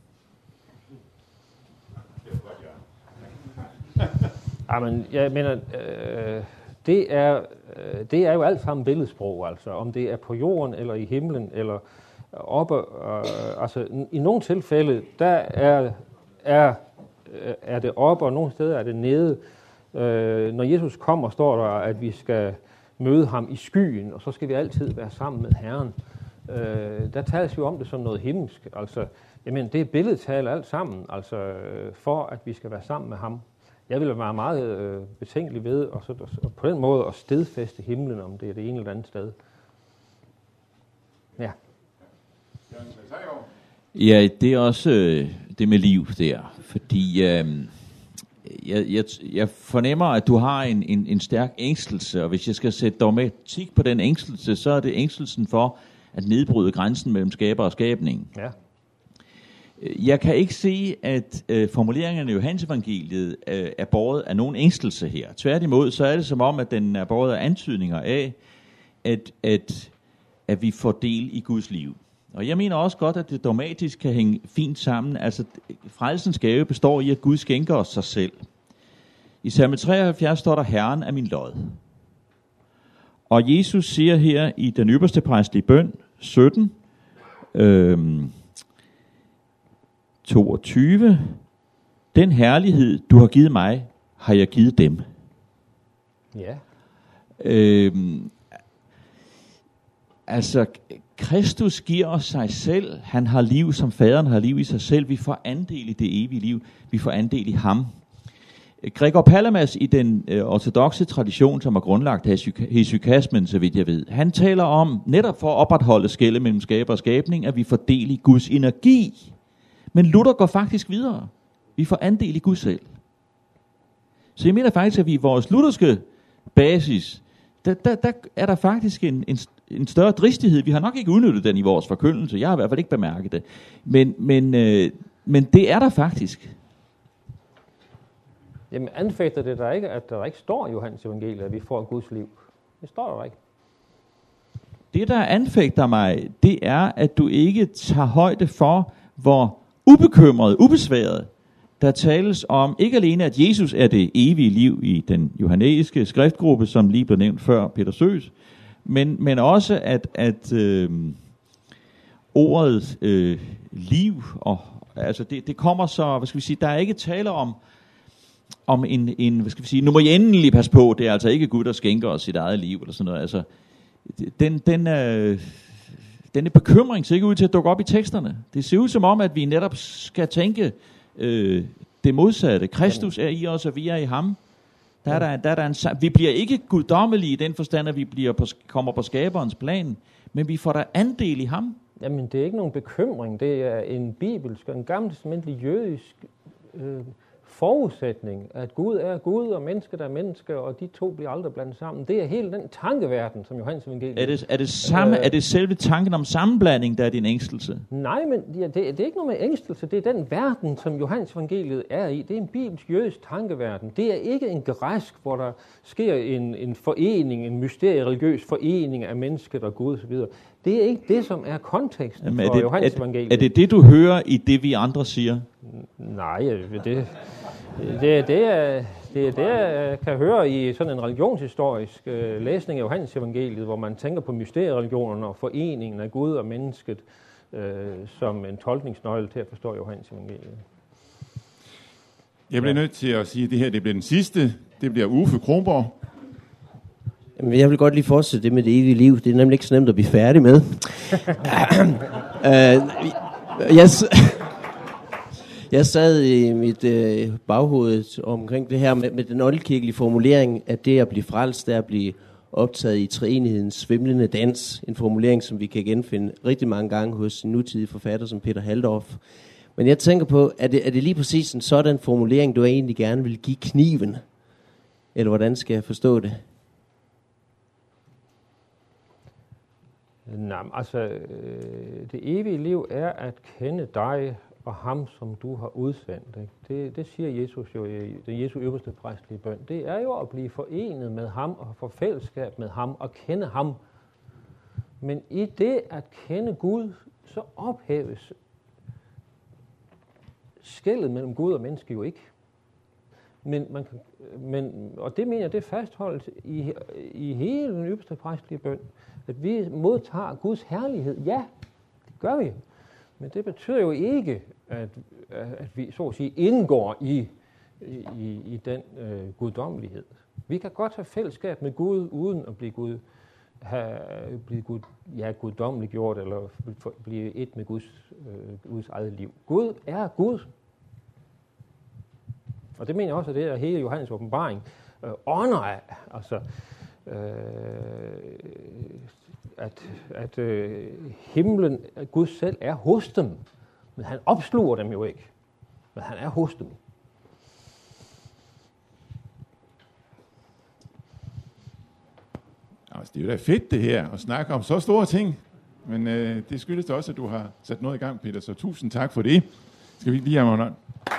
Speaker 1: Jamen, jeg mener, øh, det, er, øh, det er jo alt sammen billedsprog, altså. Om det er på jorden, eller i himlen, eller oppe. Øh, altså, i nogle tilfælde, der er, er, er det oppe, og nogle steder er det nede. Øh, når Jesus kommer, står der, at vi skal møde ham i skyen, og så skal vi altid være sammen med Herren. Øh, der tales jo om det som noget himmelsk. Altså, jeg mener, det er billedtale alt sammen, altså, for at vi skal være sammen med ham. Jeg vil være meget øh, betænkelig ved, og, så, og på den måde at stedfæste himlen, om det er det ene eller andet sted. Ja.
Speaker 9: Ja, det er også øh, det med liv der, fordi øh, jeg, jeg, jeg fornemmer, at du har en, en, en stærk ængstelse, og hvis jeg skal sætte dogmatik på den ængstelse, så er det ængstelsen for at nedbryde grænsen mellem skaber og skabning.
Speaker 1: Ja.
Speaker 9: Jeg kan ikke se, at øh, formuleringerne i Johannesevangeliet øh, er båret af nogen ængstelse her. Tværtimod, så er det som om, at den er båret af antydninger af, at, at, at vi får del i Guds liv. Og jeg mener også godt, at det dogmatisk kan hænge fint sammen. Altså, frelsens gave består i, at Gud skænker os sig selv. I salme treoghalvfjerds står der, Herren er min lod. Og Jesus siger her i den ypperste præstelige bøn, sytten, øhm, toogtyve, den herlighed, du har givet mig, har jeg givet dem.
Speaker 1: Ja.
Speaker 9: Øhm, altså, Kristus giver os sig selv. Han har liv, som faderen har liv i sig selv. Vi får andel i det evige liv. Vi får andel i ham. Gregor Palamas i den øh, ortodokse tradition, som er grundlagt af hesykasmen, så vidt jeg ved, han taler om, netop for at opretholde skellet mellem skaber og skabning, at vi får del i Guds energi. Men Luther går faktisk videre. Vi får andel i Gud selv. Så jeg mener faktisk, at vi i vores lutherske basis, der, der, der er der faktisk en, en, en større dristighed. Vi har nok ikke udnyttet den i vores forkyndelse. Jeg har i hvert fald ikke bemærket det. Men, men, øh, men det er der faktisk.
Speaker 1: Jamen anfægter det der ikke, at der ikke står i Johannes evangeliet, at vi får Guds liv? Det står der ikke.
Speaker 9: Det, der anfægter mig, det er, at du ikke tager højde for, hvor ubekymret, ubesværet, der tales om ikke alene, at Jesus er det evige liv i den johannæiske skriftgruppe, som lige blev nævnt før, Peter Søs, men, men også, at, at øh, ordet øh, liv, og, altså det, det kommer så, hvad skal vi sige, der er ikke tale om, om en, en, hvad skal vi sige, nu må I endelig passe på, det er altså ikke Gud, der skænker os sit eget liv, eller sådan noget, altså, den, den øh, denne bekymring ser ikke ud til at dukke op i teksterne. Det ser ud som om, at vi netop skal tænke øh, det modsatte. Kristus er i os, og vi er i ham. Der er der, der er der en, vi bliver ikke guddommelige i den forstand, at vi bliver på, kommer på skaberens plan, men vi får der andel i ham.
Speaker 1: Jamen, det er ikke nogen bekymring. Det er en bibelsk og en gammeltestamentlig jødisk øh, forudsætning, at Gud er Gud, og mennesket er menneske, og de to bliver aldrig blandet sammen. Det er hele den tankeverden, som Johannes evangeliet.
Speaker 9: Er det, er det, samme, øh, er det selve tanken om sammenblanding, der er din ængstelse?
Speaker 1: Nej, men ja, det, det er ikke noget med ængstelse. Det er den verden, som Johannes evangeliet er i. Det er en bibelsk jødisk tankeverden. Det er ikke en græsk, hvor der sker en, en forening, en mysteriereligiøs forening af mennesket og Gud osv. Det er ikke det, som er konteksten Jamen, er for det, Johannes
Speaker 9: er,
Speaker 1: evangeliet.
Speaker 9: Er det det, du hører i det, vi andre siger?
Speaker 1: Nej, det... Det er det, jeg, det er det, jeg kan høre i sådan en religionshistorisk øh, læsning af Johannes evangeliet, hvor man tænker på mysteriereligionerne og foreningen af Gud og mennesket øh, som en tolkningsnøgle til at forstå Johannes evangeliet.
Speaker 2: Jeg bliver nødt til at sige, at det her det bliver den sidste. Det bliver Uffe Kronborg.
Speaker 4: Jamen, jeg vil godt lige fortsætte det med det evige liv. Det er nemlig ikke så nemt at blive færdig med. uh, jeg... Jeg sad i mit øh, baghoved omkring det her med, med den oldkirkelige formulering, at det at blive frelst, det er at blive optaget i treenighedens svimlende dans. En formulering, som vi kan genfinde rigtig mange gange hos en nutidig forfatter som Peter Halldorf. Men jeg tænker på, er det, er det lige præcis en sådan formulering, du egentlig gerne vil give kniven? Eller hvordan skal jeg forstå det?
Speaker 1: Nej, altså, øh, det evige liv er at kende dig og ham, som du har udsendt. Ikke? Det, det siger Jesus jo i den Jesu øverste præstelige bøn. Det er jo at blive forenet med ham og få fællesskab med ham og kende ham. Men i det at kende Gud, så ophæves skellet mellem Gud og menneske jo ikke. Men man kan, men, og det mener jeg, det fastholdes i, i hele den øverste præstelige bøn. At vi modtager Guds herlighed. Ja, det gør vi. Men det betyder jo ikke, at, at vi så at sige indgår i, i, i den øh, guddommelighed. Vi kan godt have fællesskab med Gud, uden at blive, Gud, have, blive Gud, ja, guddommeligt gjort, eller blive et med Guds, øh, Guds eget liv. Gud er Gud. Og det mener jeg også, at det er hele Johannes åbenbaring øh, ånder af. Altså, øh, at, at øh, himlen, at Gud selv er hos dem. Men han opsluger dem jo ikke. Men han er hos dem.
Speaker 2: Altså, det er jo da fedt det her, at snakke om så store ting. Men øh, det skyldes da også, at du har sat noget i gang, Peter. Så tusind tak for det. Skal vi lige have mig